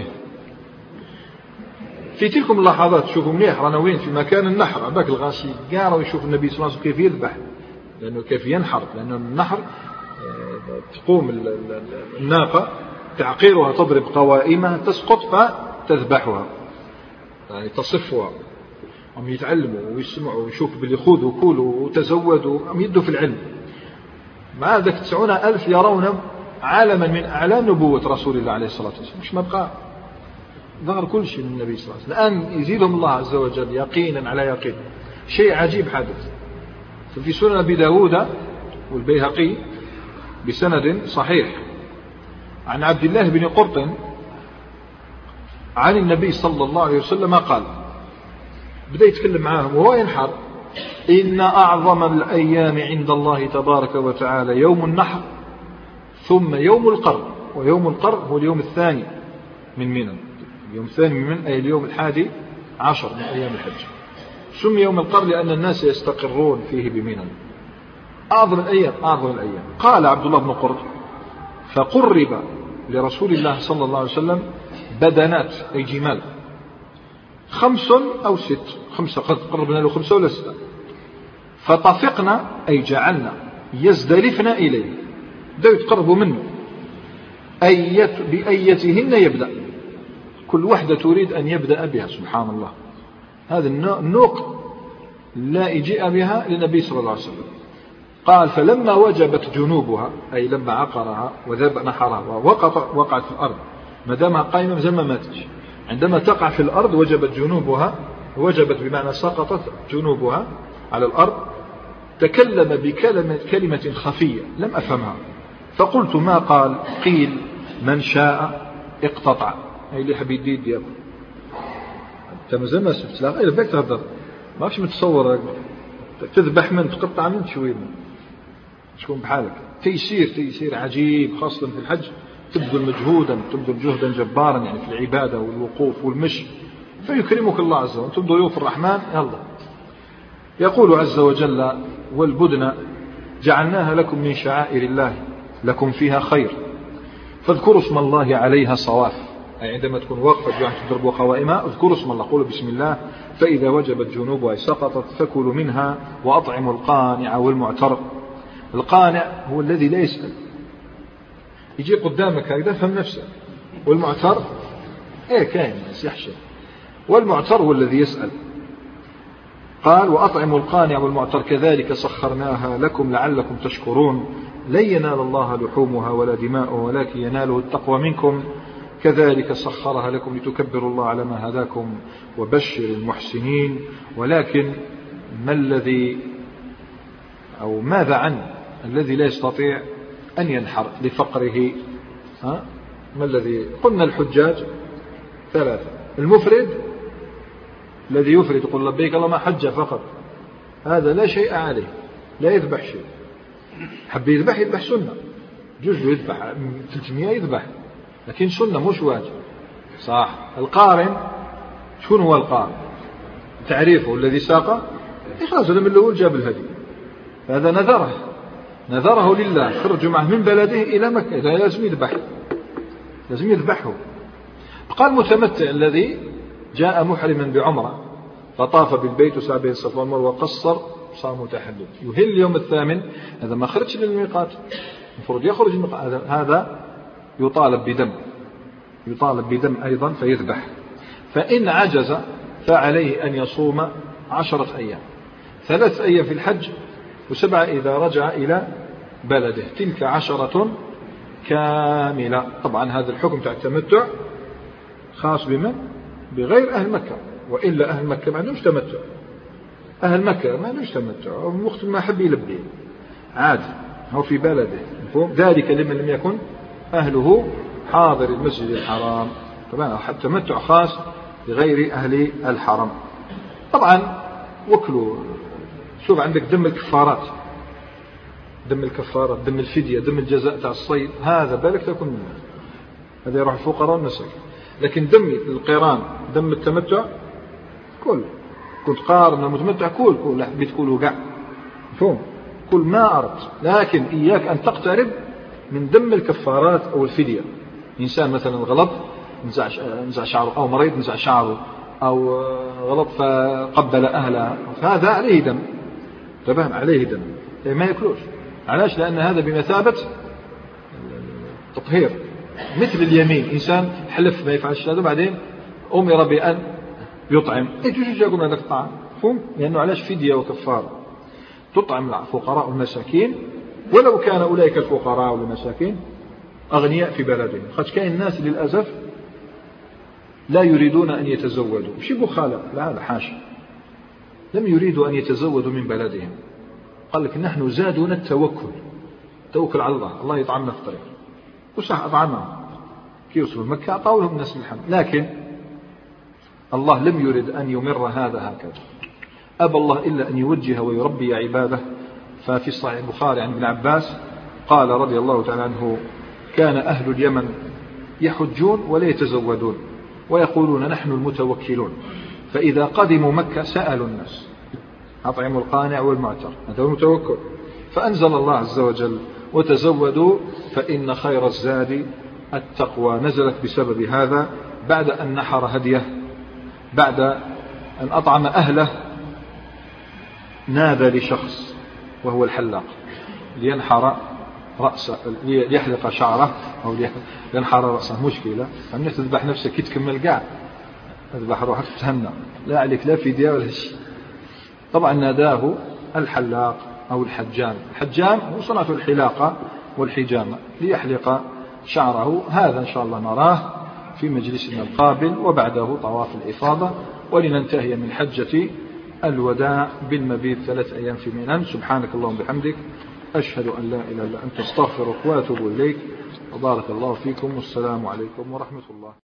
في تلك اللحظات تشوفوا مليح رانا وين في مكان النحر، عباك الغاشي قاروا يشوف النبي صلى الله عليه وسلم كيف يذبح، لأنه كيف ينحر، لأن النحر تقوم الناقة تعقيرها تضرب قوائمها تسقط فتذبحها، يعني تصفها. هم يتعلموا ويسمعوا ويشوفوا باللي خذوا وكلوا وتزودوا، هم يدوا في العلم. مع ذلك تسعون ألف يرون عالما من أعلام نبوة رسول الله عليه الصلاة والسلام، مش مبقى ظهر كل شيء من النبي صلى الله عليه وسلم. الآن يزيدهم الله عز وجل يقينا على يقين. شيء عجيب حدث في سنن أبي داود والبيهقي بسند صحيح عن عبد الله بن قرط عن النبي صلى الله عليه وسلم قال، بدأ يتكلم معاهم وهو ينحر: إن أعظم الأيام عند الله تبارك وتعالى يوم النحر ثم يوم القر. ويوم القر هو اليوم الثاني من منى، اليوم الثاني من منى أي اليوم الحادي عشر من أيام الحج. سمي يوم القر لأن الناس يستقرون فيه بمنى. أعظم الأيام أعظم الأيام. قال عبد الله بن قرط: فقرب لرسول الله صلى الله عليه وسلم بدنات أي جمال خمس أو ست، خمسة قد قربنا له خمسة ولا ستة، فطفقنا أي جعلنا يزدلفنا إليه، بدأوا يتقربوا منه، أيت بأيتهن يبدأ، كل واحدة تريد أن يبدأ بها. سبحان الله، هذا النوق لا يجيء بها للنبي صلى الله عليه وسلم. قال: فلما وجبت جنوبها أي لما عقرها وذب نحرها ووقعت وقعت في الأرض، ما دامها قائمة زي ما ماتش، عندما تقع في الأرض وجبت جنوبها، وجبت بمعنى سقطت جنوبها على الأرض، تكلم بكلمة كلمة خفية لم أفهمها، فقلت: ما قال؟ قيل: من شاء اقتطع، أي اللي حبي يديد ديالك. أنت مازال ما سبت لا غير بك تهضر، ما فيش متصور تذبح من تقطع من شوي من تكون بحالك. تيسير تيسير عجيب، خاصة في الحج تبذل مجهودا تبذل جهدا جبارا يعني في العبادة والوقوف والمشي، فيكرمك الله عز وجل، تبذل ضيوف الرحمن. يلا يقول عز وجل: والبدن جعلناها لكم من شعائر الله لكم فيها خير فاذكروا اسم الله عليها صواف، أي عندما تكون واقفة يعني تضربوا قوائمها اذكروا اسم الله، قولوا بسم الله، فإذا وجبت جنوبها سقطت فكلوا منها وأطعموا القانع والمعتر. القانع هو الذي لا يسأل، يجي قدامك هكذا فهم نفسه، والمعتر ايه كاين يحشى، والمعتر هو الذي يسأل. قال: وأطعموا القانع والمعتر كذلك سخرناها لكم لعلكم تشكرون لن ينال الله لحومها ولا دماؤها ولكن يناله التقوى منكم كذلك سخرها لكم لتكبروا الله على ما هداكم وبشر المحسنين. ولكن ما الذي أو ماذا عن الذي لا يستطيع أن ينحر لفقره؟ ها؟ ما الذي قلنا؟ الحجاج ثلاثة: المفرد الذي يفرد يقول لبيك اللهم حج فقط، هذا لا شيء عليه، لا يذبح شيء. حب يذبح يذبح سنة، جوز له يذبح ثلاثمائة يذبح، لكن سنة مش واجب. صح. القارن شكون هو القارن؟ تعريفه الذي ساق إخلاص من الأول جاب الهدي، هذا نذره نذره لله، خرج معه من بلده إلى مكة، إذا لازم يذبح لازم يذبحه. قال: متمتع الذي جاء محرما بعمرة فطاف بالبيت وسعى بين الصفا والمروة وقصر صار متحلل، يهل اليوم الثامن، هذا ما خرج للميقات، المفروض يخرج الميقات، هذا يطالب بدم يطالب بدم أيضا فيذبح. فإن عجز فعليه أن يصوم عشرة أيام، ثلاث أيام في الحج وسبعة إذا رجع إلى بلده، تلك عشرة كاملة. طبعا هذا الحكم تاع التمتع خاص بمن؟ بغير أهل مكة، وإلا أهل مكة ما عندهمش تمتع، أهل مكة ما عندهمش تمتع، وقت ما حب يلبي عادي هو في بلده. ذلك لمن لم يكن أهله حاضر المسجد الحرام. طبعا التمتع خاص بغير أهل الحرم. طبعا وكلوا، شوف عندك دم الكفارات، دم الكفارات، دم الفدية، دم الجزاء تاع الصيد، هذا بالك تكون منه، هذا يروح الفقراء والمساكين. لكن دم القيران، دم التمتع كل كنت قارن المتمتع كل كل بتقولوا قاع فهم كل ما أردت، لكن إياك أن تقترب من دم الكفارات أو الفدية. إنسان مثلا غلط نزع نزع شعره، أو مريض نزع شعره، أو غلط فقبل أهله، فهذا عليه دم، تمام عليه دم، ما يأكلوش. علاش؟ لأن هذا بمثابة تطهير، مثل اليمين، إنسان حلف ما يفعلش هذا بعدين أمر بأن يطعم، إيه تجوز يقول هذا الطعام، فهم؟ لأنه علاش فدية وكفارة، تطعم الفقراء والمساكين، ولو كان أولئك الفقراء والمساكين أغنياء في بلدهم. قد كان الناس للأسف لا يريدون أن يتزودوا، مش بخالة، لا هذا حاشا، لم يريدوا أن يتزودوا من بلدهم. قال لك نحن زادنا التوكل، توكل على الله، الله يطعمنا في الطريق، وصح أطعمهم كي يوصلوا مكة أعطوا لهم الناس الحمد، لكن الله لم يرد أن يمر هذا هكذا، أبى الله إلا أن يوجه ويربي عباده. ففي الصحيح البخاري عن ابن عباس قال رضي الله تعالى عنه: كان أهل اليمن يحجون ولا يتزودون ويقولون نحن المتوكلون، فإذا قدموا مكة سألوا الناس أطعموا القانع والمعتر، هذا هو المتوكل. فأنزل الله عز وجل: وتزودوا فإن خير الزاد التقوى، نزلت بسبب هذا بعد أن نحر هديه، بعد أن أطعم أهله نادى لشخص وهو الحلاق لينحر رأسه، ليحلق شعره أو لينحر رأسه. مشكلة أن تذبح نفسك كي تكمل قاع، تذبح روحك تتهنى، لا عليك لا فدية ولا شيء. طبعا ناداه الحلاق أو الحجام، الحجام هو صنعة الحلاقة والحجامة، ليحلق شعره. هذا إن شاء الله نراه في مجلسنا القابل، وبعده طواف الإفاضة، ولننتهي من حجة الوداع بالمبيت ثلاث أيام في منى. سبحانك اللهم وبحمدك، أشهد أن لا إله إلا أنت، أستغفرك وأتوب إليك، وبارك الله فيكم، والسلام عليكم ورحمة الله.